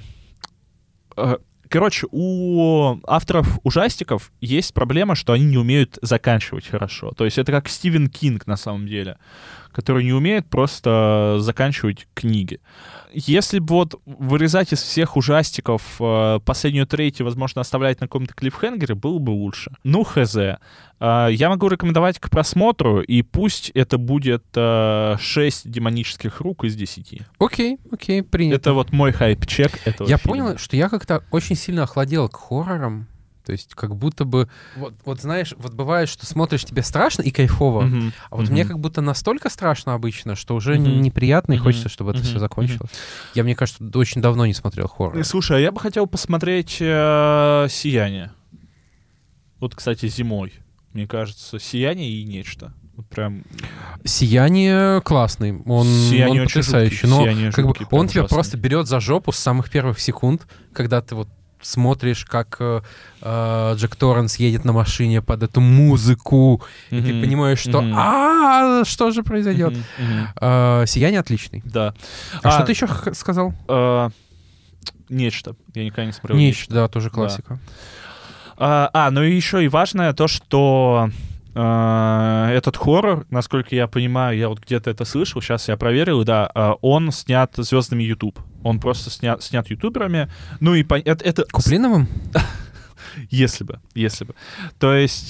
у авторов ужастиков есть проблема, что они не умеют заканчивать хорошо. То есть это как Стивен Кинг на самом деле, которые не умеют просто заканчивать книги. Если бы вот вырезать из всех ужастиков последнюю треть и, возможно, оставлять на каком-то клиффхенгере, было бы лучше. Ну, хз. Я могу рекомендовать к просмотру, и пусть это будет 6 демонических рук из 10. Окей, принято. Это вот мой хайп-чек этого Я фильма. понял, что я как-то очень сильно охладел к хоррорам. То есть как будто бы... Вот знаешь, вот бывает, что смотришь, тебе страшно и кайфово, а вот мне как будто настолько страшно обычно, что уже неприятно, и хочется, чтобы это все закончилось. Я, мне кажется, очень давно не смотрел хоррор. Слушай, а я бы хотел посмотреть «Сияние». Вот, кстати, зимой. Мне кажется, «Сияние» и «Нечто». Вот прям... «Сияние» классный, он потрясающий, но как бы он тебя просто берет за жопу с самых первых секунд, когда ты вот смотришь, как Джек Торренс едет на машине под эту музыку, и ты понимаешь, что что же произойдет? «Сияние» отличный. Да. А что ты еще сказал? «Нечто». Я никогда не смотрел «Нечто», да, тоже классика. Ну и еще и важное то, что этот хоррор, насколько я понимаю, я вот где-то это слышал, сейчас я проверил, да, он снят звездами YouTube. Он просто снят ютуберами. Ну и это... Куплиновым? Если бы. То есть...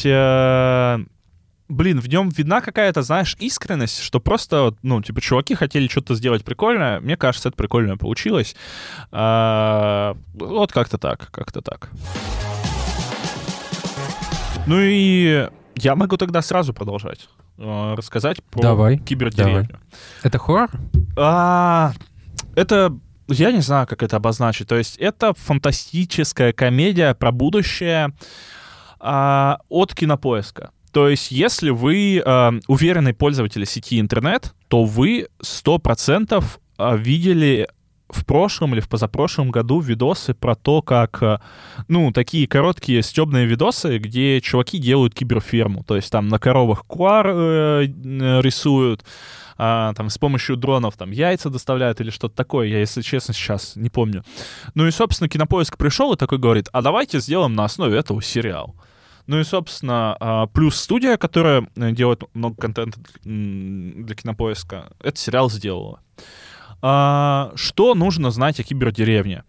в нем видна какая-то, знаешь, искренность, что просто, ну, типа, чуваки хотели что-то сделать прикольное. Мне кажется, это прикольно получилось. Вот как-то так. Ну и я могу тогда сразу продолжать рассказать про кибердеревню. Давай. Это хоррор? Это... Я не знаю, как это обозначить. То есть это фантастическая комедия про будущее от Кинопоиска. То есть если вы уверенный пользователь сети интернет, то вы 100% видели в прошлом или в позапрошлом году видосы про то, как, такие короткие стебные видосы, где чуваки делают киберферму. То есть там на коровах куар рисуют, там с помощью дронов там яйца доставляют или что-то такое. Я, если честно, сейчас не помню. Ну и, собственно, Кинопоиск пришел и такой говорит, а давайте сделаем на основе этого сериал. Ну и, собственно, плюс студия, которая делает много контента для Кинопоиска, этот сериал сделала. Что нужно знать о кибердеревне?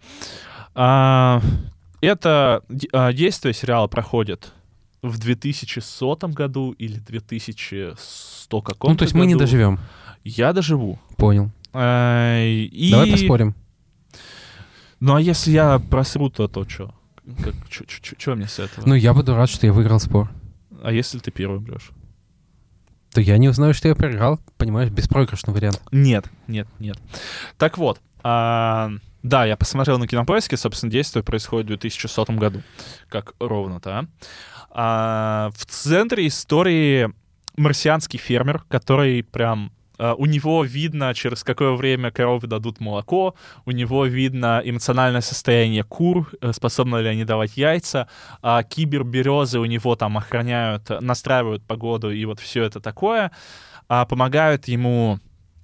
Это действие сериала проходит в 2100 году или 2100 каком-то году. Ну, то есть мы не доживем. Я доживу. Понял. Давай поспорим. Ну, а если я просру, то что? Что мне с этого? Ну, я буду рад, что я выиграл спор. А если ты первый умрешь? То я не узнаю, что я проиграл. Понимаешь, беспроигрышный вариант. Нет. Так вот, да, я посмотрел на Кинопоиске, собственно, действие происходит в 2100 году. Как ровно-то, в центре истории марсианский фермер, который прям... У него видно, через какое время коровы дадут молоко, у него видно эмоциональное состояние кур, способны ли они давать яйца, киберберезы у него там охраняют, настраивают погоду и вот все это такое, помогают ему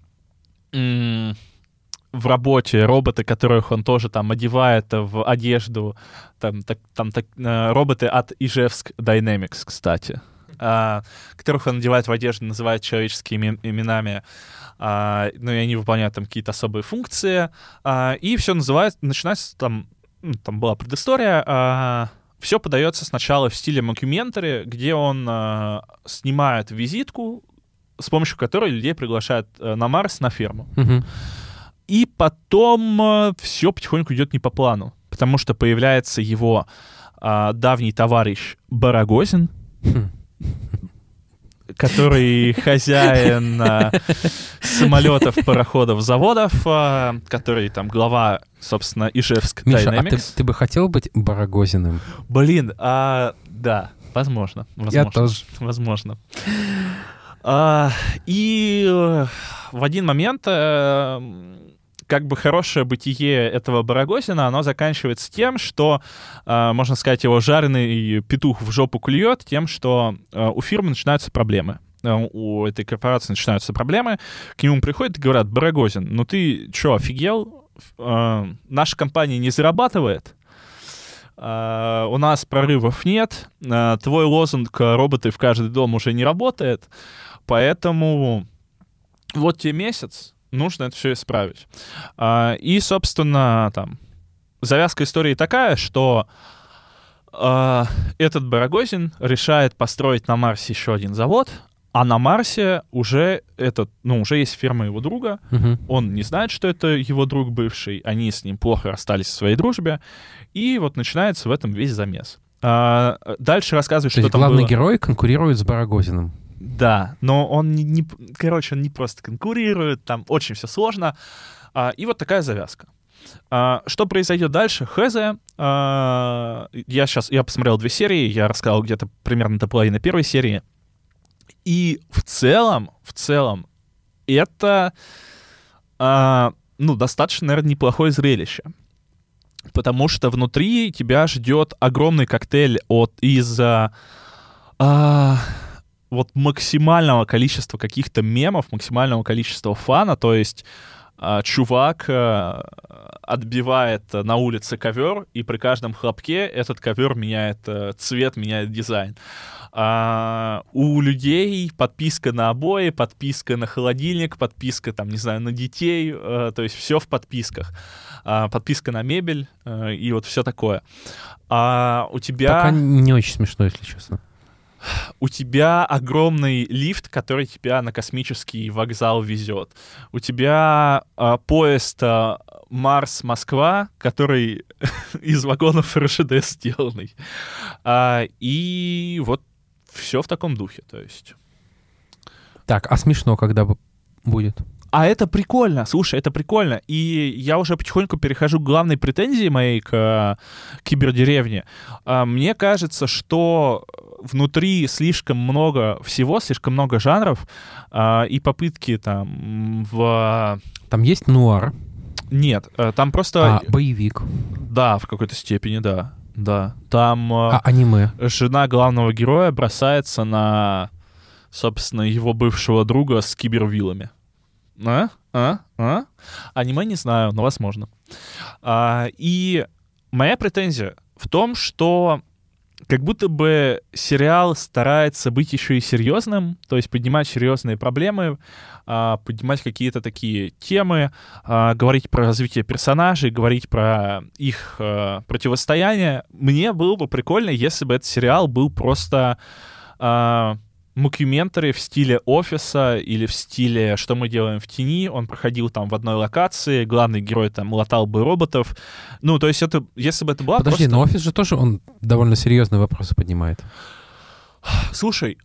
в работе роботы, которых он тоже там одевает в одежду, роботы от Ижевск Dynamics, кстати. Которых он надевает в одежду, называет человеческими именами, и они выполняют там какие-то особые функции, и все начинается там была предыстория, все подается сначала в стиле мокюментари, где он снимает визитку, с помощью которой людей приглашают на Марс, на ферму. И потом все потихоньку идет не по плану, потому что появляется его давний товарищ Барагозин, который хозяин самолетов, пароходов, заводов, который там глава, собственно, Ижевск Миша, Dynamics. А ты бы хотел быть Барагозиным? Блин, да, возможно. Я тоже. Возможно. И в один момент как бы хорошее бытие этого Барагозина, оно заканчивается тем, что, можно сказать, его жареный петух в жопу клюет, тем, что у фирмы начинаются проблемы. У этой корпорации начинаются проблемы, к нему приходят и говорят: Барагозин, ну ты что, офигел? Наша компания не зарабатывает, у нас прорывов нет, твой лозунг «роботы в каждый дом» уже не работает, поэтому вот тебе месяц, нужно это все исправить. И, собственно, там, завязка истории такая, что этот Барагозин решает построить на Марсе еще один завод, а на Марсе уже уже есть ферма его друга. Он не знает, что это его друг бывший. Они с ним плохо расстались в своей дружбе. И вот начинается в этом весь замес. Дальше рассказывает, что там было. Главный герой конкурирует с Барагозиным. Да, но он он не просто конкурирует, там очень все сложно. И вот такая завязка. Что произойдет дальше? Хз. Я посмотрел 2 серии, я рассказал где-то примерно до половины первой серии. И в целом, это достаточно, наверное, неплохое зрелище. Потому что внутри тебя ждет огромный коктейль из вот максимального количества каких-то мемов, максимального количества фана, то есть чувак отбивает на улице ковер, и при каждом хлопке этот ковер меняет цвет, меняет дизайн. У людей подписка на обои, подписка на холодильник, подписка, там, не знаю, на детей, то есть все в подписках. Подписка на мебель и вот все такое. У тебя... Пока не очень смешно, если честно. У тебя огромный лифт, который тебя на космический вокзал везет. У тебя поезд Марс-Москва, который из вагонов РЖД сделанный. И вот все в таком духе, то есть. Так, а смешно когда будет? А это прикольно, слушай, это прикольно. И я уже потихоньку перехожу к главной претензии моей к кибердеревне. Мне кажется, что внутри слишком много всего, слишком много жанров, и попытки там Там есть нуар? Нет, там просто... боевик? Да, в какой-то степени, да. Да. Там аниме? Жена главного героя бросается на, собственно, его бывшего друга с кибервиллами. Аниме не знаю, но возможно. И моя претензия в том, что как будто бы сериал старается быть еще и серьезным, то есть поднимать серьезные проблемы, поднимать какие-то такие темы, говорить про развитие персонажей, говорить про их противостояние. Мне было бы прикольно, если бы этот сериал был просто... мокюментари в стиле «Офиса» или в стиле «Что мы делаем в тени». Он проходил там в одной локации, главный герой там латал бы роботов. Ну, то есть это, если бы это была Подожди, просто... но «Офис» же тоже, он довольно серьезные вопросы поднимает. Слушай,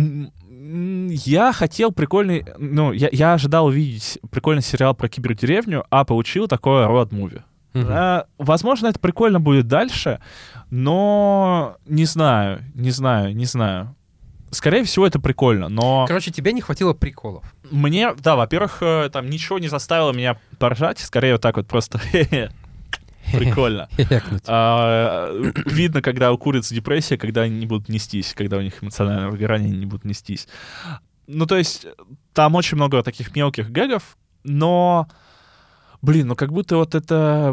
я хотел прикольный... Ну, я ожидал увидеть прикольный сериал про кибердеревню, а получил такое роад-муви. Возможно, это прикольно будет дальше, но не знаю. Скорее всего, это прикольно, но... Короче, тебе не хватило приколов. Мне, да, во-первых, там ничего не заставило меня поржать, скорее вот так вот просто прикольно. Видно, когда у куриц депрессия, когда они не будут нестись, когда у них эмоциональное выгорание, они не будут нестись. Ну, то есть, там очень много таких мелких гэгов, но, блин, как будто вот это...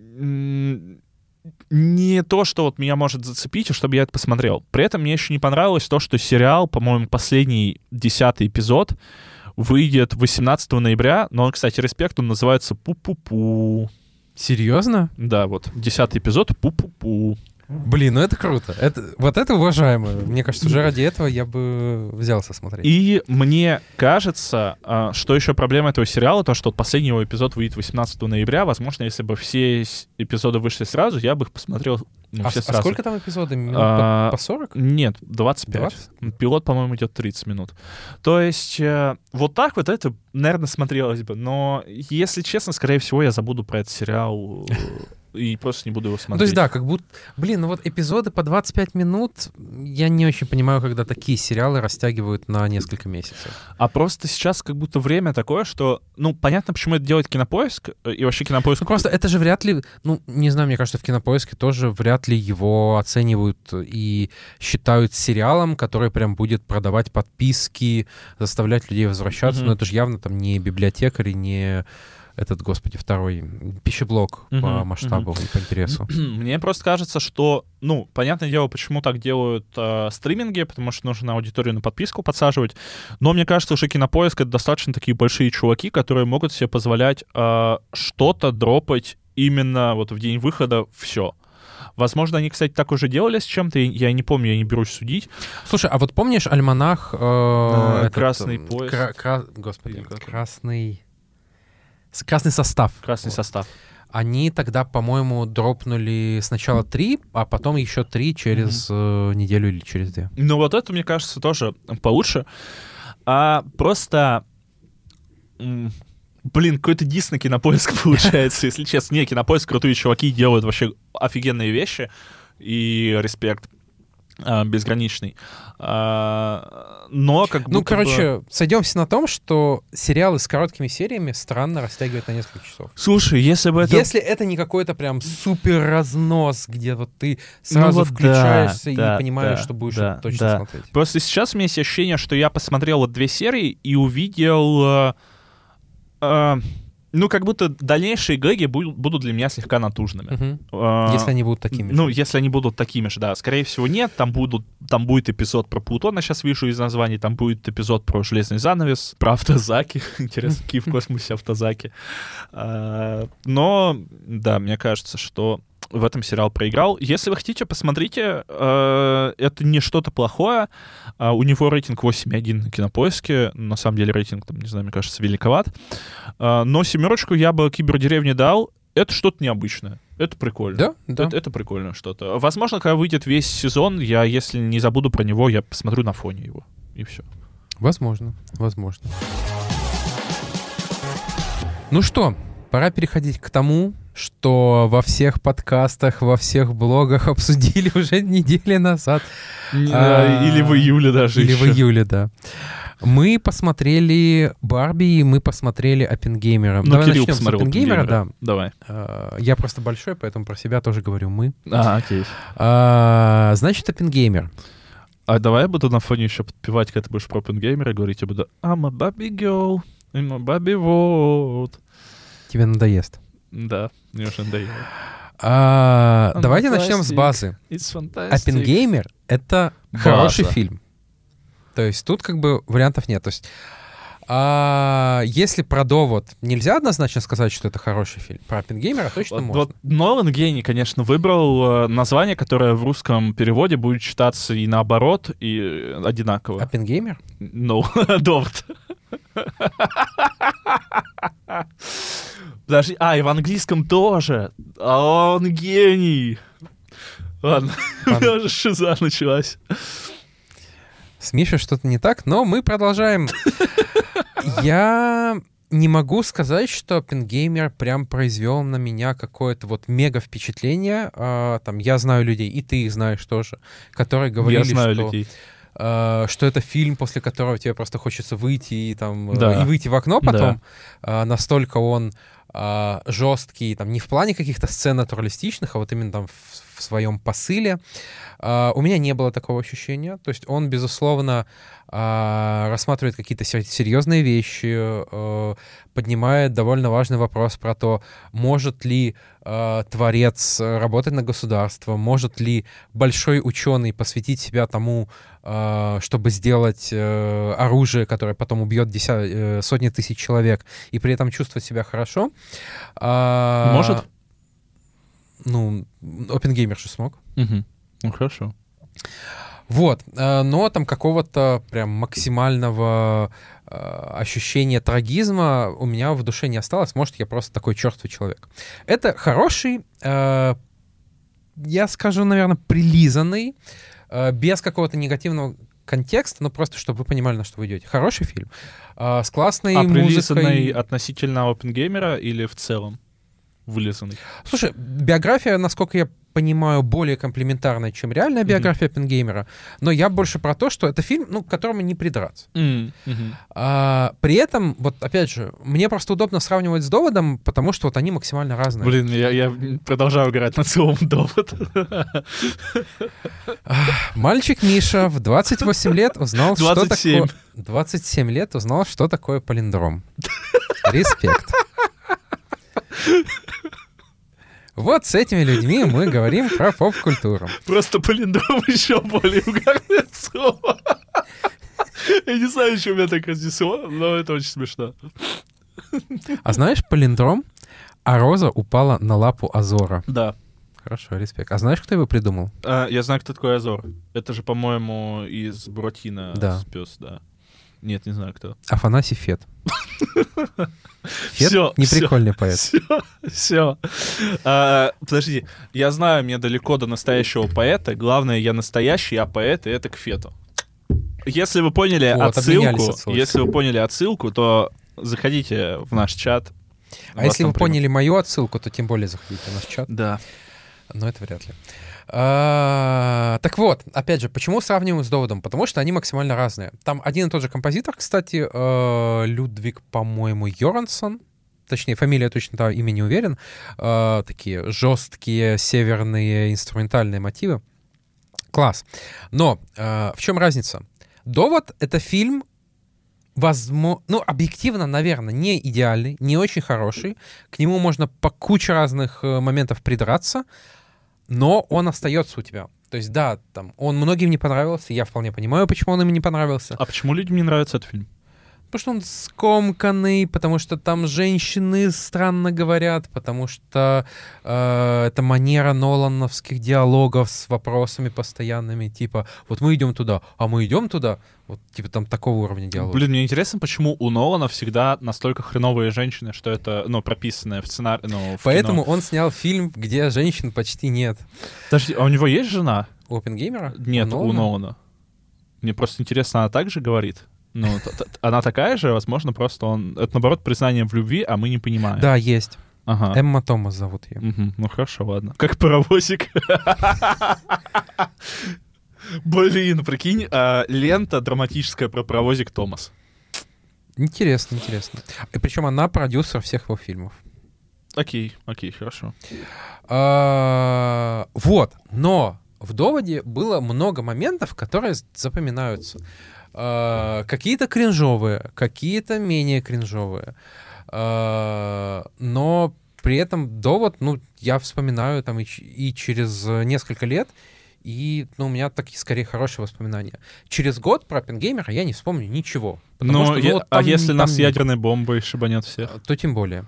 не то, что вот меня может зацепить, и чтобы я это посмотрел. При этом мне еще не понравилось то, что сериал, по-моему, последний 10-й эпизод выйдет 18 ноября, но он, кстати, респект, он называется «Пу-пу-пу». Серьезно? Да, вот, 10-й эпизод «Пу-пу-пу». Блин, ну это круто. Вот это уважаемо. Мне кажется, уже ради этого я бы взялся смотреть. И мне кажется, что еще проблема этого сериала, то, что последний его эпизод выйдет 18 ноября. Возможно, если бы все эпизоды вышли сразу, я бы их посмотрел все сразу. А сколько там эпизодов? Минут по 40? Нет, 25. 20? Пилот, по-моему, идет 30 минут. То есть вот так вот это, наверное, смотрелось бы. Но, если честно, скорее всего, я забуду про этот сериал... и просто не буду его смотреть. То есть, да, как будто... Блин, ну вот эпизоды по 25 минут, я не очень понимаю, когда такие сериалы растягивают на несколько месяцев. А просто сейчас как будто время такое, что... Ну, понятно, почему это делает Кинопоиск, и вообще Кинопоиск... Ну, просто это же вряд ли... Ну, не знаю, мне кажется, в Кинопоиске тоже вряд ли его оценивают и считают сериалом, который прям будет продавать подписки, заставлять людей возвращаться. Но это же явно там не библиотекарь, не... этот, господи, второй пищеблок по масштабу и по интересу. Мне просто кажется, что, ну, понятное дело, почему так делают стриминги, потому что нужно аудиторию на подписку подсаживать, но мне кажется, что Кинопоиск — это достаточно такие большие чуваки, которые могут себе позволять что-то дропать именно вот в день выхода все. Возможно, они, кстати, так уже делали с чем-то, я не помню, я не берусь судить. Слушай, а вот помнишь «Альманах»? «Красный пояс». Господи, «Красный состав». «Красный состав». Они тогда, по-моему, дропнули сначала 3, а потом еще 3 через неделю или через 2. Ну вот это, мне кажется, тоже получше. Просто... Блин, какой-то дис на Кинопоиск получается, если честно. Не, Кинопоиск крутые чуваки, делают вообще офигенные вещи. И респект безграничный. Но как будто Ну, короче, сойдемся на том, что сериалы с короткими сериями странно растягивают на несколько часов. Слушай, если бы это... Если это не какой-то прям супер разнос, где вот ты сразу включаешься и понимаешь, что будешь точно смотреть. Просто сейчас у меня есть ощущение, что я посмотрел вот 2 серии и увидел... ну, как будто дальнейшие гэги будут для меня слегка натужными. Если они будут такими же. Ну, если они будут такими же, да. Скорее всего, нет. Там будет эпизод про Плутона, сейчас вижу из названий. Там будет эпизод про железный занавес, про автозаки. Интересно, какие в космосе автозаки. Но, да, мне кажется, что в этом сериал проиграл. Если вы хотите, посмотрите. Это не что-то плохое. У него рейтинг 8.1 на Кинопоиске. На самом деле рейтинг, там, не знаю, мне кажется, великоват. Но 7 я бы Кибердеревне дал. Это что-то необычное. Это прикольно. Да. Это прикольно что-то. Возможно, когда выйдет весь сезон, я, если не забуду про него, я посмотрю на фоне его. И все. Возможно. Ну что, пора переходить к тому, что во всех подкастах, во всех блогах обсудили уже недели назад. Или в июле даже. Или в июле, да. Мы посмотрели «Барби», и мы посмотрели «Оппенгеймера». Ну, давай Кирилл начнем с посмотрел «Оппенгеймера», да. Давай. Я просто большой, поэтому про себя тоже говорю «мы». Окей. Значит, «Оппенгеймер». А давай я буду на фоне еще подпевать, когда ты будешь про «Оппенгеймера» говорить, я буду «I'm a Barbie girl in a Barbie world». Тебе надоест. Да, мне уже надоело. Давайте начнем с базы. «Оппенгеймер» — это хороший фильм. То есть тут как бы вариантов нет. То есть если про «Довод» нельзя однозначно сказать, что это хороший фильм, про «Оппенгеймера» точно можно. Вот Нолан гений, конечно, выбрал название, которое в русском переводе будет читаться и наоборот, и одинаково. «Оппенгеймер»? No, «Довод». Подожди, и в английском тоже. Он гений. Ладно, у меня уже шиза началась. С Мишей что-то не так, но мы продолжаем. Я не могу сказать, что «Оппенгеймер» прям произвел на меня какое-то вот мега впечатление. Там, я знаю людей, и ты их знаешь тоже, которые говорили, что это фильм, после которого тебе просто хочется выйти и, там, и выйти в окно потом. Настолько он жесткий, там, не в плане каких-то сцен натуралистичных, а вот именно там в своем посыле. У меня не было такого ощущения. То есть он, безусловно, рассматривает какие-то серьезные вещи, поднимает довольно важный вопрос про то, может ли творец работать на государство, может ли большой ученый посвятить себя тому, чтобы сделать оружие, которое потом убьет сотни тысяч человек, и при этом чувствовать себя хорошо. Может? Ну, «Оппенгеймер» же смог. Угу. Ну, хорошо. Вот, но там какого-то прям максимального ощущения трагизма у меня в душе не осталось. Может, я просто такой чёрствый человек. Это хороший, я скажу, наверное, прилизанный, без какого-то негативного контекста, но просто, чтобы вы понимали, на что вы идете. Хороший фильм. С классной музыкой. Прилизанный относительно «Оппенгеймера» или в целом вылизанный? Слушай, биография, насколько я понимаю, более комплементарная, чем реальная биография Оппенгеймера, но я больше про то, что это фильм, к которому не придраться. При этом, вот опять же, мне просто удобно сравнивать с «Доводом», потому что вот они максимально разные. Блин, я продолжаю играть на целом «Довод». Мальчик Миша в 28 лет узнал, 27. что такое... 27 лет узнал, что такое палиндром. Респект. Вот с этими людьми мы говорим про поп-культуру. Просто палиндром еще более угарное слово. Я не знаю, что меня так разнесло, но это очень смешно. А знаешь палиндром? А роза упала на лапу Азора. Да. Хорошо, респект. А знаешь, кто его придумал? Я знаю, кто такой Азор. Это же, по-моему, из Буратино пес, да. Нет, не знаю, кто. Афанасий Фет. Фет — неприкольный поэт. Все. Подожди, я знаю, мне далеко до настоящего поэта. Главное, я настоящий, а поэт, и это к Фету. Если вы поняли отсылку, то заходите в наш чат. А если вы поняли мою отсылку, то тем более заходите в наш чат. Да. Но это вряд ли. Так вот, опять же, почему сравниваем с Доводом? Потому что они максимально разные. Там один и тот же композитор, кстати, Людвиг, по-моему, Йорансон. Точнее, фамилия точно, да, имя не уверен. Такие жесткие северные инструментальные мотивы. Класс. Но в чем разница? «Довод» — это фильм, объективно, наверное, не идеальный, не очень хороший. К нему можно по куче разных моментов придраться, но он остается у тебя. То есть, да, там, он многим не понравился, я вполне понимаю, почему он им не понравился. А почему людям не нравится этот фильм? Потому что он скомканный, потому что там женщины странно говорят, потому что это манера нолановских диалогов с вопросами постоянными, типа, вот мы идем туда, а мы идем туда, вот типа там такого уровня диалога. Блин, мне интересно, почему у Нолана всегда настолько хреновые женщины, что это, прописанное в сценарии, Поэтому он снял фильм, где женщин почти нет. Подожди, а у него есть жена? У Оппенгеймера? Нет, у Нолана. Мне просто интересно, она так же говорит? Она такая же, возможно, просто это, наоборот, признание в любви, а мы не понимаем. Да, есть. Ага. Эмма Томас зовут ее. Ну, хорошо, ладно. Как паровозик. Блин, прикинь, лента драматическая про паровозик Томас. Интересно. И причем она продюсер всех его фильмов. Окей, хорошо. Вот, но в «Доводе» было много моментов, которые запоминаются. Какие-то кринжовые, какие-то менее кринжовые. Но при этом «Довод», я вспоминаю там и через несколько лет, и у меня такие, скорее, хорошие воспоминания. Через год про Оппенгеймера я не вспомню ничего. Если нас ядерной бомбой шибанет всех? То тем более.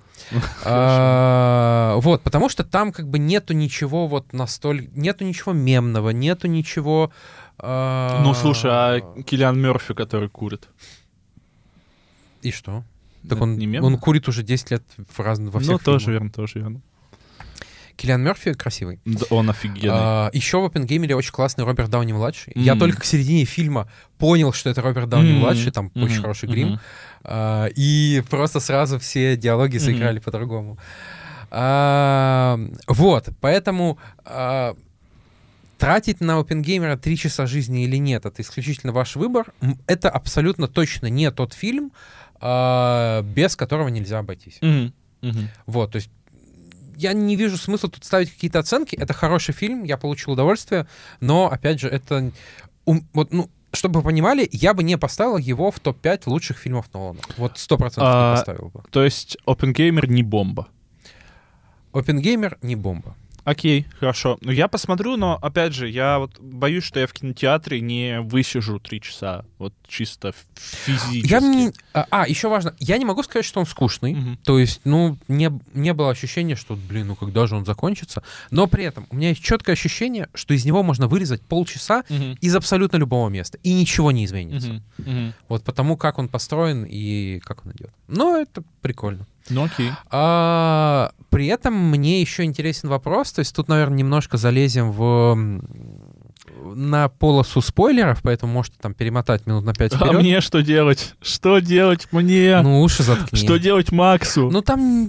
Вот, потому что там как бы нету ничего нету ничего мемного, нету ничего... слушай, а Киллиан Мёрфи, который курит? И что? Так он курит уже 10 лет во всех фильмах. Тоже верно. Киллиан Мёрфи красивый. Да, он офигенный. Еще в «Оппенгеймере» очень классный Роберт Дауни-младший. Я только к середине фильма понял, что это Роберт Дауни-младший, там очень хороший грим. И просто сразу все диалоги сыграли по-другому. Вот, поэтому... Тратить на Оппенгеймера 3 часа жизни или нет, это исключительно ваш выбор. Это абсолютно точно не тот фильм, без которого нельзя обойтись. Вот, то есть я не вижу смысла тут ставить какие-то оценки. Это хороший фильм, я получил удовольствие, но, опять же, это... чтобы вы понимали, я бы не поставил его в топ-5 лучших фильмов Нолана. Вот 100% не поставил бы. То есть Оппенгеймер не бомба? Оппенгеймер не бомба. Окей, хорошо. Я посмотрю, но, опять же, я боюсь, что я в кинотеатре не высижу 3 часа. Вот чисто физически. Еще важно, я не могу сказать, что он скучный. То есть, не было ощущения, что, когда же он закончится. Но при этом у меня есть четкое ощущение, что из него можно вырезать полчаса из абсолютно любого места, и ничего не изменится. Вот потому, как он построен и как он идет. Но это прикольно. Окей. При этом мне еще интересен вопрос, то есть тут, наверное, немножко залезем на полосу спойлеров, поэтому можете там перемотать минут на 5 вперед. А мне что делать? Что делать мне? Уши заткни. Что делать Максу? Там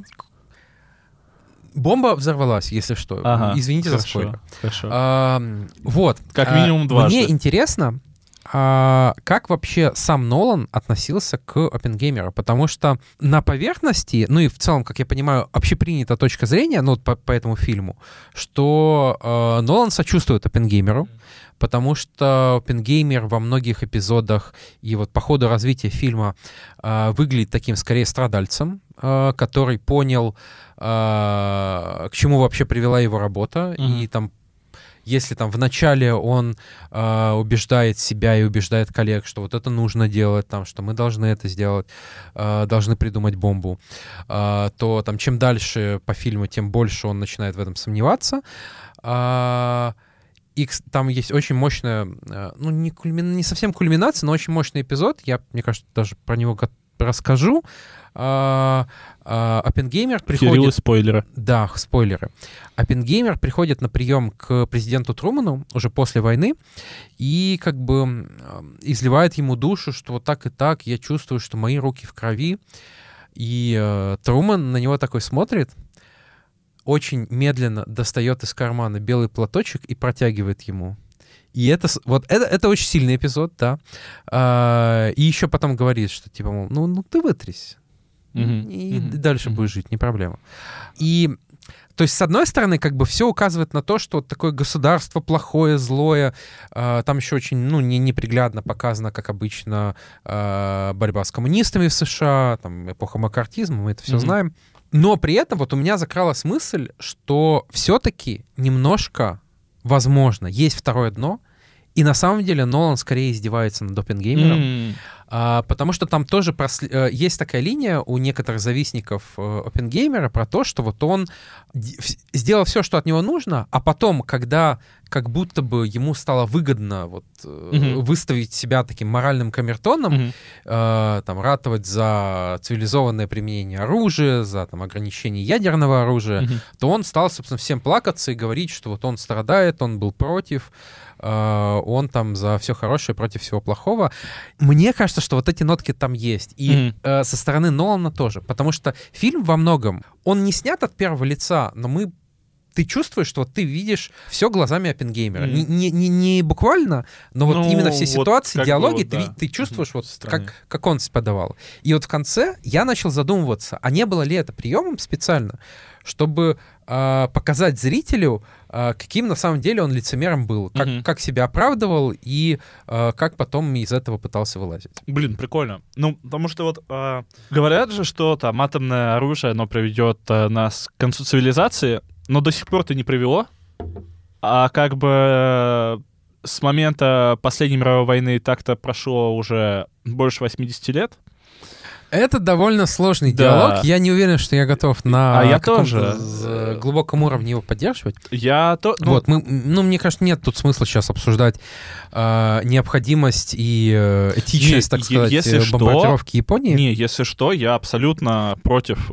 бомба взорвалась, если что. Извините за спойлер. Хорошо. Вот. Как минимум дважды. Мне интересно, как вообще сам Нолан относился к Оппенгеймеру, потому что на поверхности, ну и в целом, как я понимаю, общепринята точка зрения, ну, по этому фильму, что Нолан сочувствует Оппенгеймеру, потому что Оппенгеймер во многих эпизодах и вот по ходу развития фильма выглядит таким, скорее, страдальцем, который понял, к чему вообще привела его работа, и там если там вначале он убеждает себя и убеждает коллег, что вот это нужно делать, там, что мы должны это сделать, должны придумать бомбу, то там чем дальше по фильму, тем больше он начинает в этом сомневаться. И там есть очень мощная, ну, не совсем кульминация, но очень мощный эпизод. Я, мне кажется, даже про него расскажу. Оппенгеймер приходит... Кирилл, спойлеры. Да, спойлеры. Оппенгеймер приходит на прием к президенту Труману уже после войны и как бы изливает ему душу, что вот так и так, я чувствую, что мои руки в крови. И Труман на него такой смотрит, очень медленно достает из кармана белый платочек и протягивает ему. И это очень сильный эпизод, да. И еще потом говорит, что типа, мол, ну ты вытрись. И дальше будешь жить, не проблема. И, то есть, с одной стороны, как бы все указывает на то, что вот такое государство плохое, злое, там еще очень, ну, неприглядно показано, как обычно, борьба с коммунистами в США, там, эпоха маккартизма, мы это все знаем. Но при этом вот у меня закралась мысль, что все-таки немножко, возможно, есть второе дно, и на самом деле Нолан скорее издевается над Оппенгеймером, потому что там тоже есть такая линия у некоторых завистников Оппенгеймера про то, что вот он сделал все, что от него нужно, а потом, когда как будто бы ему стало выгодно вот, выставить себя таким моральным камертоном, там, ратовать за цивилизованное применение оружия, за там, ограничение ядерного оружия, то он стал, собственно, всем плакаться и говорить, что вот он страдает, он был против, он там за все хорошее против всего плохого. Мне кажется, что вот эти нотки там есть. И со стороны Нолана тоже. Потому что фильм во многом, он не снят от первого лица, но ты чувствуешь, что вот ты видишь все глазами Оппенгеймера. Не буквально, но вот именно все ситуации, вот диалоги, бы, вот, ты чувствуешь, вот как он подавал. И вот в конце я начал задумываться, а не было ли это приемом специально, чтобы показать зрителю, каким на самом деле он лицемером был, как себя оправдывал и как потом из этого пытался вылазить. Блин, прикольно. Ну, потому что вот говорят же, что там атомное оружие, оно приведет нас к концу цивилизации, но до сих пор это не привело. А как бы с момента Последней мировой войны так-то прошло уже больше 80 лет. Это довольно сложный диалог. Я не уверен, что я готов на тоже глубоком уровне его поддерживать. Вот, мне кажется, нет тут смысла сейчас обсуждать необходимость и этичность, так сказать, бомбардировки Японии. Не, если что, я абсолютно против...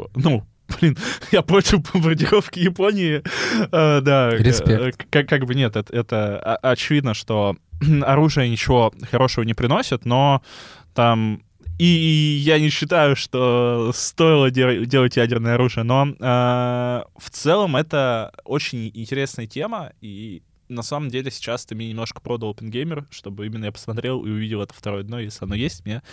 я против бомбардировки Японии. Да, респект. Как бы нет, это очевидно, что оружие ничего хорошего не приносит, но там... И я не считаю, что стоило делать ядерное оружие, но в целом это очень интересная тема, и на самом деле сейчас ты мне немножко продал Оппенгеймер, чтобы именно я посмотрел и увидел это второе дно, если оно есть, мне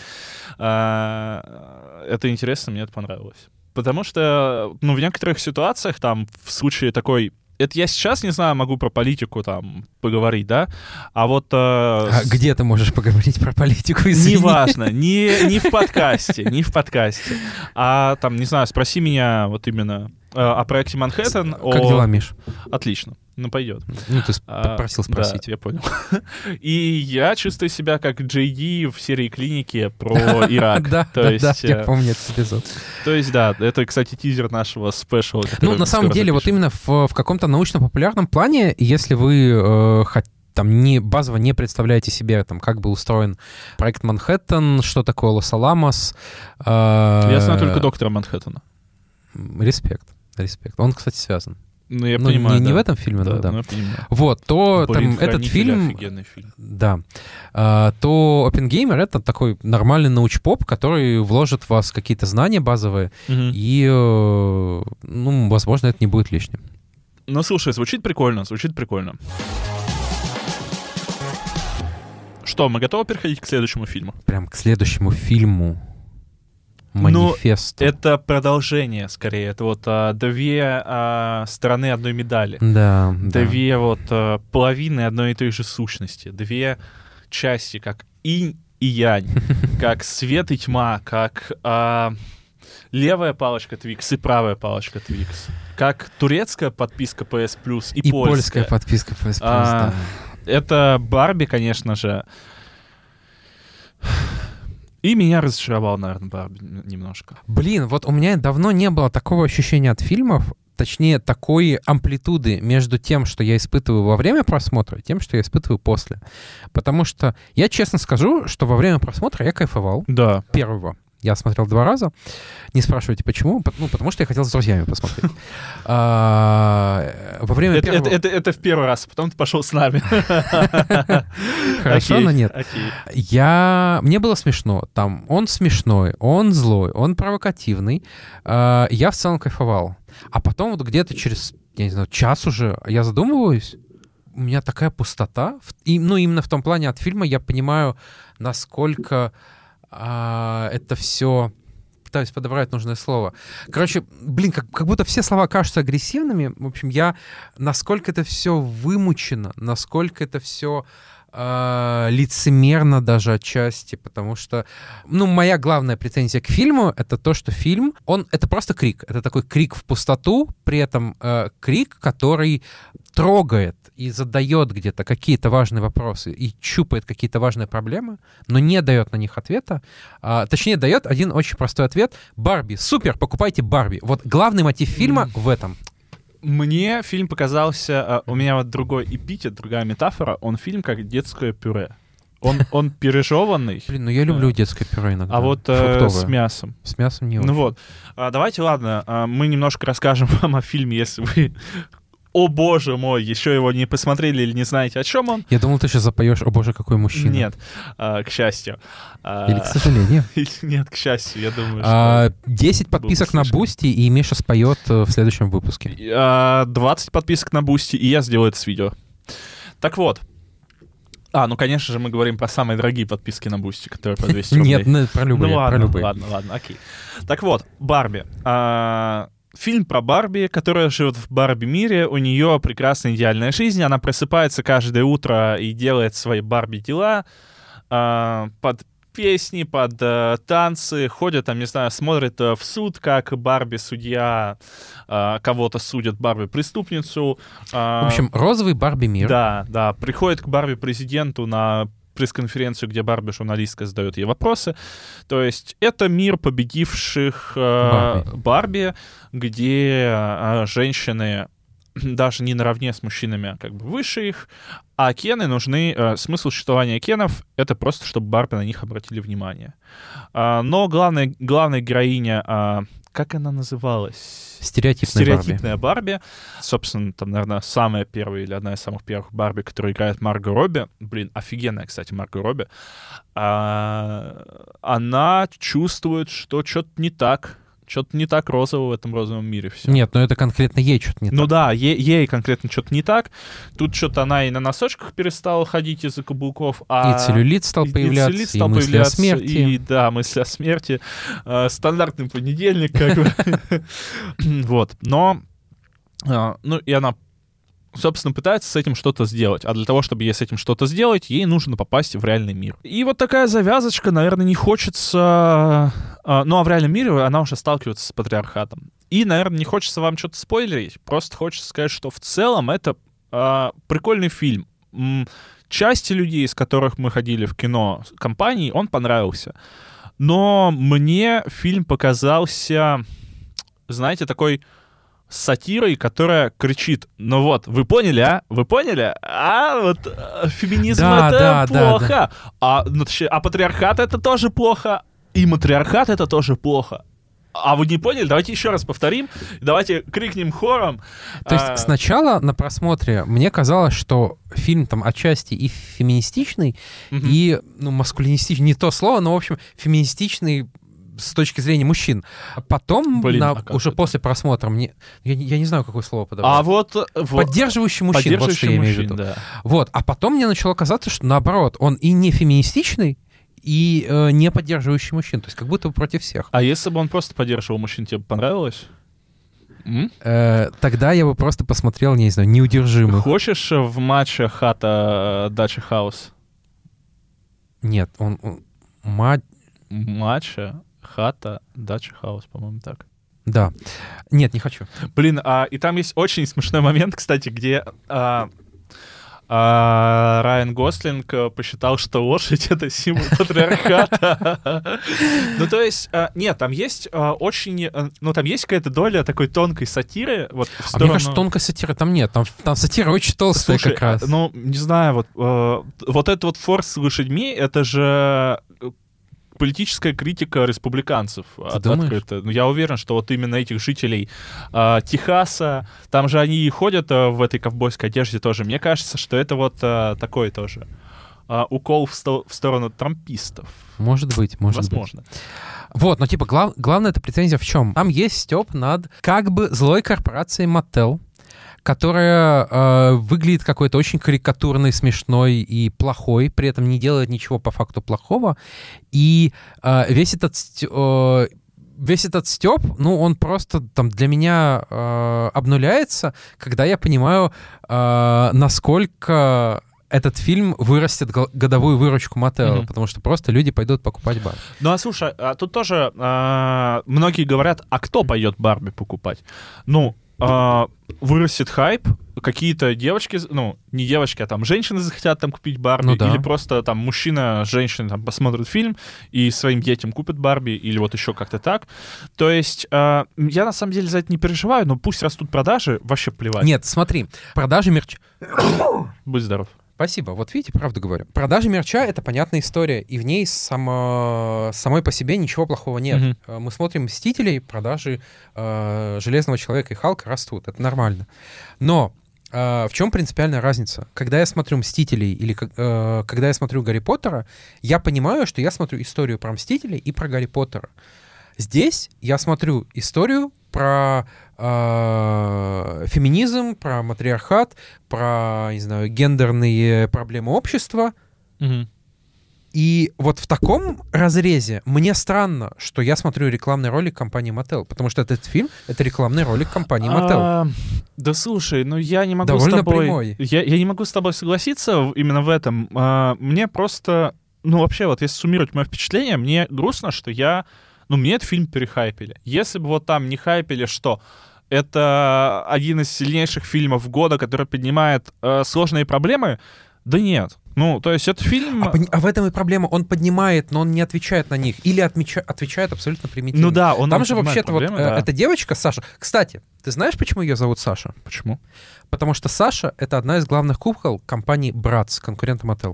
это интересно, мне это понравилось. Потому что, в некоторых ситуациях, там, в случае такой... Это я сейчас, не знаю, могу про политику там поговорить, да? А вот... где ты можешь поговорить про политику, извини? Неважно, не в подкасте. А там, не знаю, спроси меня вот именно о проекте «Манхэттен». Как дела, Миш? Отлично. Пойдет. Ты попросил спросить. Да, я понял. И я чувствую себя как Джей Ди в серии «Клиники» про Ирак. Да, я помню этот эпизод. То есть, да, это, кстати, тизер нашего спешала. На самом деле, вот именно в каком-то научно-популярном плане, если вы там базово не представляете себе, там, как был устроен проект «Манхэттен», что такое Лос-Аламос. Я знаю только доктора Манхэттена. Респект. Он, кстати, связан. Я понимаю, не в этом фильме, да. Да. Я понимаю. Вот, то там этот фильм... Офигенный фильм. Да. То Оппенгеймер — это такой нормальный научпоп, который вложит в вас какие-то знания базовые, и, возможно, это не будет лишним. что, мы готовы переходить к следующему фильму? Прям к следующему фильму. Манифесту. Это продолжение, скорее. Это вот две стороны одной медали. Да. Две вот половины одной и той же сущности. Две части, как инь и янь, как свет и тьма, как левая палочка Twix и правая палочка Twix, как турецкая подписка PS Plus и польская подписка PS Plus, да. Это Барби, конечно же. И меня разочаровал, наверное, Барби немножко. Блин, вот у меня давно не было такого ощущения от фильмов, точнее, такой амплитуды между тем, что я испытываю во время просмотра, и тем, что я испытываю после. Потому что я честно скажу, что во время просмотра я кайфовал. Да. Первого. Я смотрел 2 раза. Не спрашивайте, почему. Ну, потому что я хотел с друзьями посмотреть. Во время первого... Это в первый раз, потом ты пошел с нами. Хорошо, но нет. Мне было смешно. Там он смешной, он злой, он провокативный. Я в целом кайфовал. А потом вот где-то через, я не знаю, час уже я задумываюсь, у меня такая пустота. Ну, именно в том плане от фильма я понимаю, насколько... это все... Пытаюсь подобрать нужное слово. Короче, блин, как будто все слова кажутся агрессивными. В общем, насколько это все вымучено, насколько это все лицемерно даже отчасти, потому что, моя главная претензия к фильму — это то, что фильм, это просто крик. Это такой крик в пустоту, при этом крик, который трогает и задает где-то какие-то важные вопросы и щупает какие-то важные проблемы, но не дает на них ответа. Точнее, дает один очень простой ответ. Барби, супер, покупайте Барби. Вот главный мотив фильма в этом. Мне фильм показался... у меня вот другой эпитет, другая метафора. Он фильм как детское пюре. Он пережеванный. Блин, я люблю детское пюре иногда. А вот с мясом. С мясом не очень. Ну вот. Давайте, ладно, мы немножко расскажем вам о фильме, если вы... О боже мой, еще его не посмотрели или не знаете, о чем он. Я думал, ты сейчас запоешь «О боже, какой мужчина». Нет, к счастью. Или к сожалению. Нет, к счастью, я думаю, что... 10 подписок на Бусти, и Миша споет в следующем выпуске. 20 подписок на Бусти, и я сделаю это с видео. Так вот. Конечно же, мы говорим про самые дорогие подписки на Бусти, которые по 200 рублей. Нет, про любые. Ладно, окей. Так вот, Барби. Фильм про Барби, которая живет в Барби-мире, у нее прекрасная идеальная жизнь, она просыпается каждое утро и делает свои Барби-дела под песни, под танцы, ходит, там, не знаю, смотрит в суд, как Барби-судья кого-то судит, Барби-преступницу. В общем, розовый Барби-мир. Да, приходит к Барби-президенту на пресс-конференцию, где Барби-журналистка задает ей вопросы. То есть это мир победивших Барби, где женщины даже не наравне с мужчинами, как бы выше их, а кены нужны... Смысл существования кенов — это просто, чтобы Барби на них обратили внимание. Но главная героиня... Как она называлась? Стереотипная Барби. Собственно, там, наверное, самая первая или одна из самых первых Барби, которую играет Марго Робби. Блин, офигенная, кстати, Марго Робби. Она чувствует, что что-то не так. Что-то не так розово в этом розовом мире все. Нет, это конкретно ей что-то не так. Ну да, ей конкретно что-то не так. Тут что-то она и на носочках перестала ходить из-за каблуков. И целлюлит стал появляться, и мысли о смерти. И, да, мысли о смерти. Стандартный понедельник, как бы. Вот, но... и она, собственно, пытается с этим что-то сделать. А для того, чтобы ей с этим что-то сделать, ей нужно попасть в реальный мир. И вот такая завязочка, наверное, не хочется... а в реальном мире она уже сталкивается с патриархатом. И, наверное, не хочется вам что-то спойлерить. Просто хочется сказать, что в целом это прикольный фильм. Части людей, с которых мы ходили в кино компании, он понравился. Но мне фильм показался, знаете, такой... сатирой, которая кричит: ну вот, вы поняли, а? Вы поняли? Феминизм это плохо. А патриархат это тоже плохо. И матриархат это тоже плохо. А вы не поняли? Давайте еще раз повторим. Давайте крикнем хором. То есть сначала на просмотре мне казалось, что фильм там отчасти и феминистичный, и маскулинистичный, не то слово, но, в общем, феминистичный с точки зрения мужчин. Потом, уже после просмотра, я не знаю, какое слово подобрать. Поддерживающий мужчин, вот что я имею в виду. Да. Вот, а потом мне начало казаться, что наоборот, он и не феминистичный, и не поддерживающий мужчин, то есть как будто бы против всех. А если бы он просто поддерживал мужчин, тебе бы понравилось? Тогда я бы просто посмотрел, не знаю, «Неудержимых». Хочешь в матче Хата Дача Хаус? Нет, Матча Хата Дача Хаус, по-моему, так. Да. Нет, не хочу. Блин, и там есть очень смешной момент, кстати, где Райан Гослинг посчитал, что лошадь — это символ патриархата. Ну, то есть, нет, там есть очень... Ну, там есть какая-то доля такой тонкой сатиры. Вот, мне кажется, тонкой сатиры там нет. Там сатира очень толстая. Слушай, как раз. Ну, не знаю, вот этот вот форс с лошадьми, это же... политическая критика республиканцев открыта. Ну, я уверен, что вот именно этих жителей Техаса, там же они ходят в этой ковбойской одежде тоже. Мне кажется, что это вот такой тоже укол в сторону трампистов. Может быть. Возможно. Вот, но типа главная эта претензия в чем? Там есть стёб над как бы злой корпорацией Mattel, которая выглядит какой-то очень карикатурной, смешной и плохой, при этом не делает ничего по факту плохого. И весь этот стёб, ну, он просто там для меня обнуляется, когда я понимаю, насколько этот фильм вырастет годовую выручку Mattel, потому что просто люди пойдут покупать Барби. Ну, а слушай, тут тоже многие говорят, а кто пойдет Барби покупать? Ну, вырастет хайп, какие-то девочки, ну, не девочки, а там женщины захотят там купить Барби, ну, да. Или просто там мужчина, женщина там посмотрит фильм и своим детям купит Барби, или вот еще как-то так. То есть я на самом деле за это не переживаю, но пусть растут продажи, вообще плевать. Нет, смотри, продажи мерча... Будь здоров. Спасибо. Вот видите, правду говорю. Продажи мерча — это понятная история, и в ней самой по себе ничего плохого нет. Мы смотрим «Мстителей», продажи Железного Человека и Халка растут. Это нормально. Но в чем принципиальная разница? Когда я смотрю «Мстителей» или когда я смотрю «Гарри Поттера», я понимаю, что я смотрю историю про «Мстителей» и про «Гарри Поттера». Здесь я смотрю историю про феминизм, про матриархат, про, не знаю, гендерные проблемы общества. И вот в таком разрезе мне странно, что я смотрю рекламный ролик компании Mattel, потому что этот фильм — это рекламный ролик компании Mattel. Да слушай, ну я не могу довольно с тобой... прямой. Я не могу с тобой согласиться именно в этом. Мне просто... Ну вообще, вот если суммировать мое впечатление, мне грустно, что мне этот фильм перехайпили. Если бы вот там не хайпили, что это один из сильнейших фильмов года, который поднимает сложные проблемы, да нет. Ну, то есть это фильм... А в этом и проблема. Он поднимает, но он не отвечает на них. Или отвечает абсолютно примитивно. Ну да, он там же вообще-то проблемы, вот эта девочка Саша... Кстати, ты знаешь, почему ее зовут Саша? Почему? Потому что Саша — это одна из главных кукол компании Bratz, конкурента Mattel.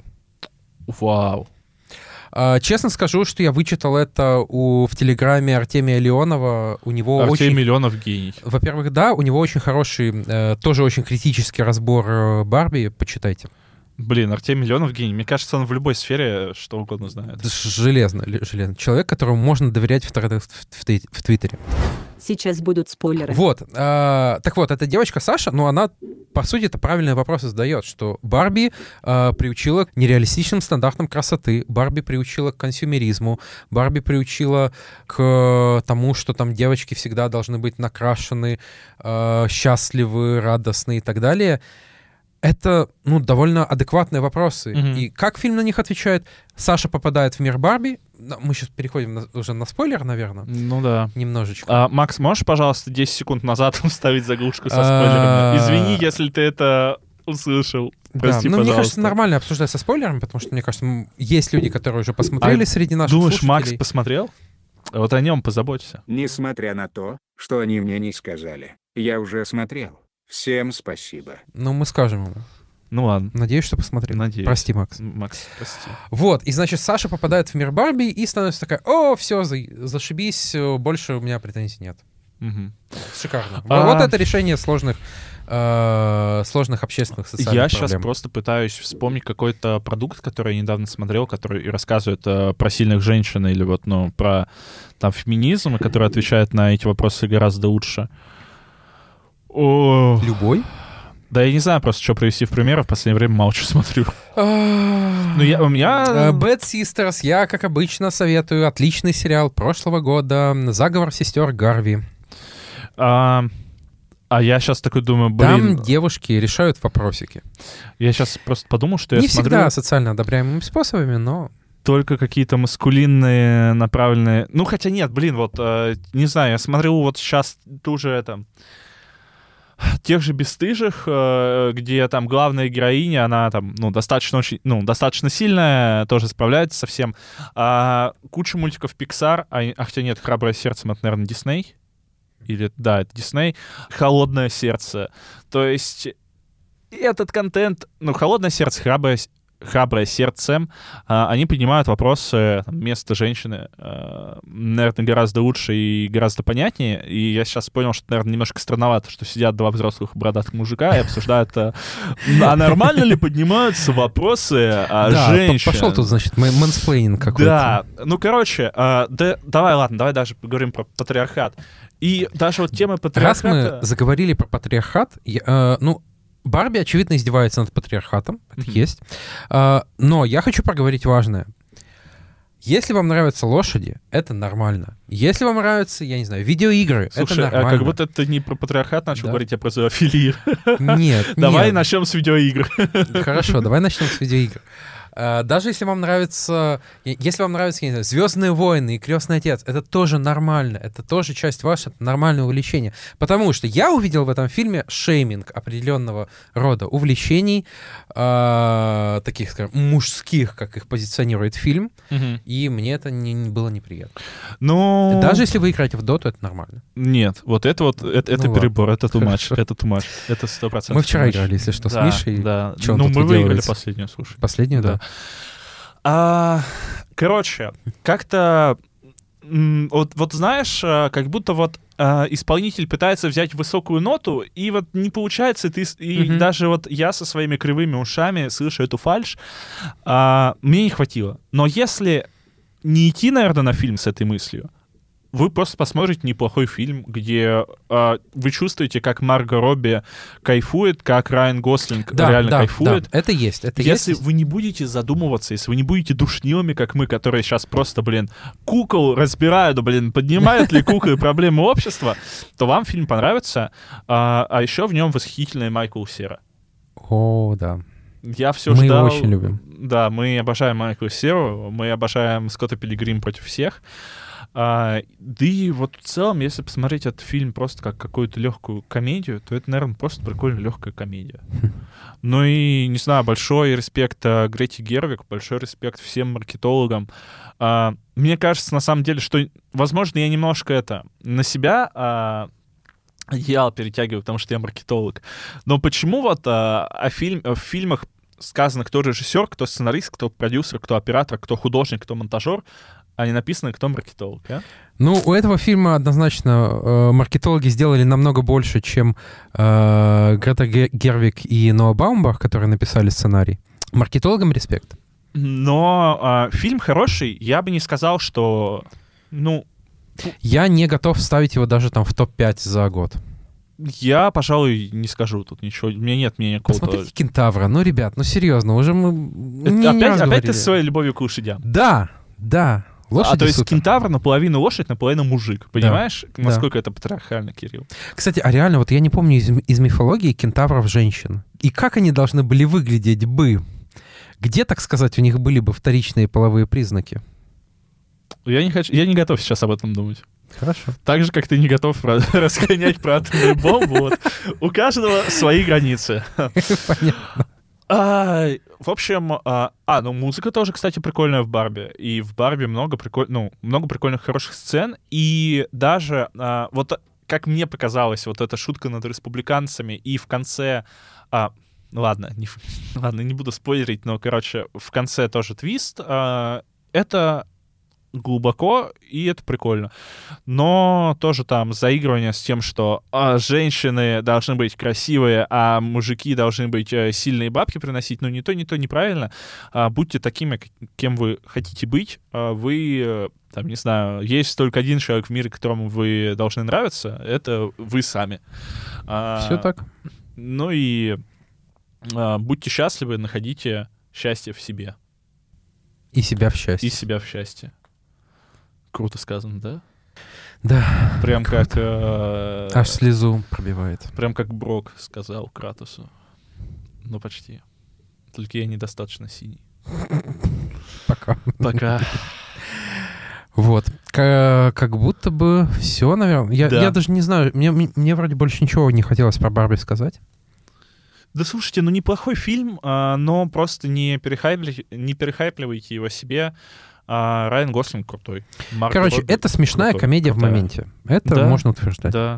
Вау. Честно скажу, что я вычитал это в Телеграме Артемия Леонова. У него Артемий Леонов гений. Во-первых, да, у него очень хороший, тоже очень критический разбор Барби. Почитайте. Блин, Артемий Леонов гений. Мне кажется, он в любой сфере что угодно знает. Железно. Человек, которому можно доверять в Твиттере. Сейчас будут спойлеры. Вот. Так вот, эта девочка Саша, она, по сути, это правильные вопросы задает, что Барби приучила к нереалистичным стандартам красоты, Барби приучила к консюмеризму, Барби приучила к тому, что там девочки всегда должны быть накрашены, счастливы, радостны и так далее. Это, довольно адекватные вопросы. И как фильм на них отвечает? Саша попадает в мир Барби. Мы сейчас переходим уже на спойлер, наверное. Ну да. Немножечко. Макс, можешь, пожалуйста, 10 секунд назад вставить заглушку со спойлерами? Извини, если ты это услышал. Прости, да. Мне кажется, нормально обсуждать со спойлерами, потому что, мне кажется, есть люди, которые уже посмотрели среди наших слушателей. Думаешь, Макс посмотрел? Вот о нем позаботься. Несмотря на то, что они мне не сказали, я уже смотрел. Всем спасибо. Мы скажем ему. Ну ладно. Надеюсь, что посмотрел. Надеюсь. Прости, Макс. Макс, прости. Вот, и значит, Саша попадает в мир Барби и становится такая: о, все, зашибись, больше у меня претензий нет. Шикарно. Вот это решение сложных общественных социальных проблем. Я сейчас просто пытаюсь вспомнить какой-то продукт, который я недавно смотрел, который рассказывает про сильных женщин или вот, ну, про там феминизм, и который отвечает на эти вопросы гораздо лучше. Любой? Да я не знаю просто, что привести в пример, в последнее время мало что смотрю. Ну, у меня... Bad Sisters, я, как обычно, советую. Отличный сериал прошлого года. «Заговор сестер Гарви». А я сейчас такой думаю, блин... Там девушки решают вопросики. Я сейчас просто подумал, что не я смотрю... Не всегда социально одобряемыми способами, но... Только какие-то маскулинные, направленные... Ну, хотя нет, блин, вот, не знаю, я смотрю вот сейчас ту же тех же «Бесстыжих», где там главная героиня, она там, достаточно сильная, тоже справляется со всем. Куча мультиков Pixar, хотя нет, «Храброе сердце» — это, наверное, Disney. Или, да, это Disney. «Холодное сердце». То есть этот контент, «Холодное сердце», «Храброе сердце», они поднимают вопросы места женщины, наверное, гораздо лучше и гораздо понятнее. И я сейчас понял, что, наверное, немножко странновато, что сидят два взрослых бородатых мужика и обсуждают, а нормально ли поднимаются вопросы о женщине. Пошел тут, значит, мэнсплейнинг какой-то. Да, давай даже поговорим про патриархат. И даже вот тема патриархата... Раз мы заговорили про патриархат, Барби, очевидно, издевается над патриархатом, это есть. Но я хочу проговорить важное. Если вам нравятся лошади, это нормально. Если вам нравятся, я не знаю, видеоигры, это нормально. Как будто ты не про патриархат начал говорить, а про зоофилию. Нет. Давай начнем с видеоигр. Хорошо, давай начнем с видеоигр. Даже если вам нравится, я не знаю, «Звездные войны» и «Крестный отец», это тоже нормально, это тоже часть вашего, это нормальное увлечение. Потому что я увидел в этом фильме шейминг определенного рода увлечений, таких, скажем, мужских, как их позиционирует фильм, и мне это не было неприятно. Но... Даже если вы играете в доту, это нормально. Нет, это перебор, это too much, это 100%. Мы вчера играли, если что, с Мишей. Да, мы выиграли последнюю, слушай. Последнюю, да. Короче, как-то вот знаешь, как будто вот исполнитель пытается взять высокую ноту, и вот не получается, и даже вот я со своими кривыми ушами слышу эту фальшь, мне не хватило. Но если не идти, наверное, на фильм с этой мыслью, вы просто посмотрите неплохой фильм, где вы чувствуете, как Марго Робби кайфует, как Райан Гослинг реально кайфует. Да, это есть. Если вы не будете задумываться, если вы не будете душнилами, как мы, которые сейчас просто, кукол разбирают, поднимают ли куклы проблемы общества, то вам фильм понравится. А еще в нем восхитительная Майкл Сера. О, да. Я все мы ждал. Мы его очень любим. Да, мы обожаем Майкла Серу, мы обожаем Скотта Пилигрим против всех. Да и вот в целом, если посмотреть этот фильм просто как какую-то легкую комедию, то это, наверное, просто прикольно легкая комедия. Ну и, не знаю, большой респект Грете Гервиг, большой респект всем маркетологам. Мне кажется, на самом деле, что, возможно, я немножко на себя одеяло перетягиваю, потому что я маркетолог. Но почему вот в фильмах сказано, кто режиссер, кто сценарист, кто продюсер, кто оператор, кто художник, кто монтажер, а не написано, кто маркетолог, а? Ну, у этого фильма однозначно маркетологи сделали намного больше, чем Грета Гервиг и Ноа Баумбах, которые написали сценарий. Маркетологам респект. Но фильм хороший, я бы не сказал, что... Я не готов ставить его даже в топ-5 за год. Я, пожалуй, не скажу тут ничего. У меня нет мнения какого-то... Посмотрите «Кентавра». Ну, ребят, серьезно, уже мы... Опять ты со своей любовью к лошадям. Да. Лошади то есть супер. Кентавр наполовину лошадь, наполовину мужик. Понимаешь, насколько это патриархально, Кирилл? Кстати, реально, я не помню из мифологии кентавров женщин. И как они должны были выглядеть бы? Где, так сказать, у них были бы вторичные половые признаки? Я не готов сейчас об этом думать. Хорошо. Так же, как ты не готов разгонять про атомную бомбу. У каждого свои границы. Понятно. В общем, музыка тоже, кстати, прикольная в Барби. И в Барби много прикольных, хороших сцен. И даже, вот как мне показалось, вот эта шутка над республиканцами, и в конце... Ладно, не буду спойлерить, но, в конце тоже твист. Это глубоко, и это прикольно. Но тоже там заигрывание с тем, что женщины должны быть красивые, а мужики должны быть сильные бабки приносить, ну, не то, неправильно. Будьте такими, кем вы хотите быть. Вы, там, не знаю, есть только один человек в мире, которому вы должны нравиться, это вы сами. Все так. Ну и будьте счастливы, находите счастье в себе. И себя в счастье. И себя в счастье. Круто сказано, да? Да. Прям круто. как... Аж слезу пробивает. Прям как Брок сказал Кратосу. Ну, почти. Только я недостаточно синий. Пока. Пока. Вот. Как будто бы все, наверное. Я даже не знаю. Мне вроде больше ничего не хотелось про Барби сказать. Да слушайте, ну неплохой фильм, но просто не перехайпливайте его себе. Райан Гослинг крутой. Короче, это смешная комедия в моменте. Это можно утверждать. Да.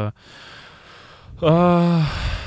Да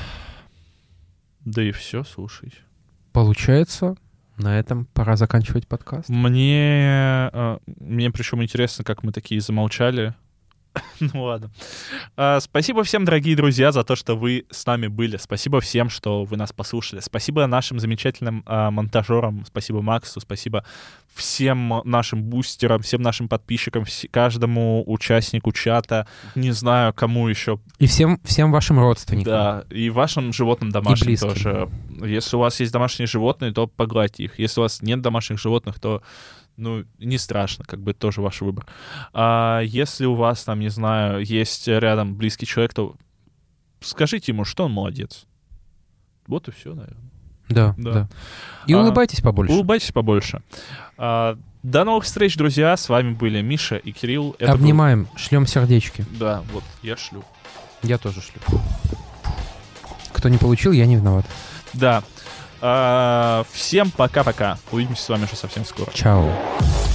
и все, слушай. Получается, на этом пора заканчивать подкаст. Мне причем интересно, как мы такие замолчали. Ну ладно. Спасибо всем, дорогие друзья, за то, что вы с нами были. Спасибо всем, что вы нас послушали. Спасибо нашим замечательным монтажерам. Спасибо Максу. Спасибо всем нашим бустерам, всем нашим подписчикам, каждому участнику чата. Не знаю, кому еще. И всем вашим родственникам. Да, и вашим животным домашним тоже. Если у вас есть домашние животные, то погладьте их. Если у вас нет домашних животных, то не страшно, как бы это тоже ваш выбор. А если у вас, там, не знаю, есть рядом близкий человек, то скажите ему, что он молодец. Вот и все, наверное. Да. И улыбайтесь побольше. Улыбайтесь побольше. До новых встреч, друзья. С вами были Миша и Кирилл. Обнимаем, шлем сердечки. Да, вот, я шлю. Я тоже шлю. Кто не получил, я не виноват. Да. Всем пока-пока. Увидимся с вами уже совсем скоро. Чао.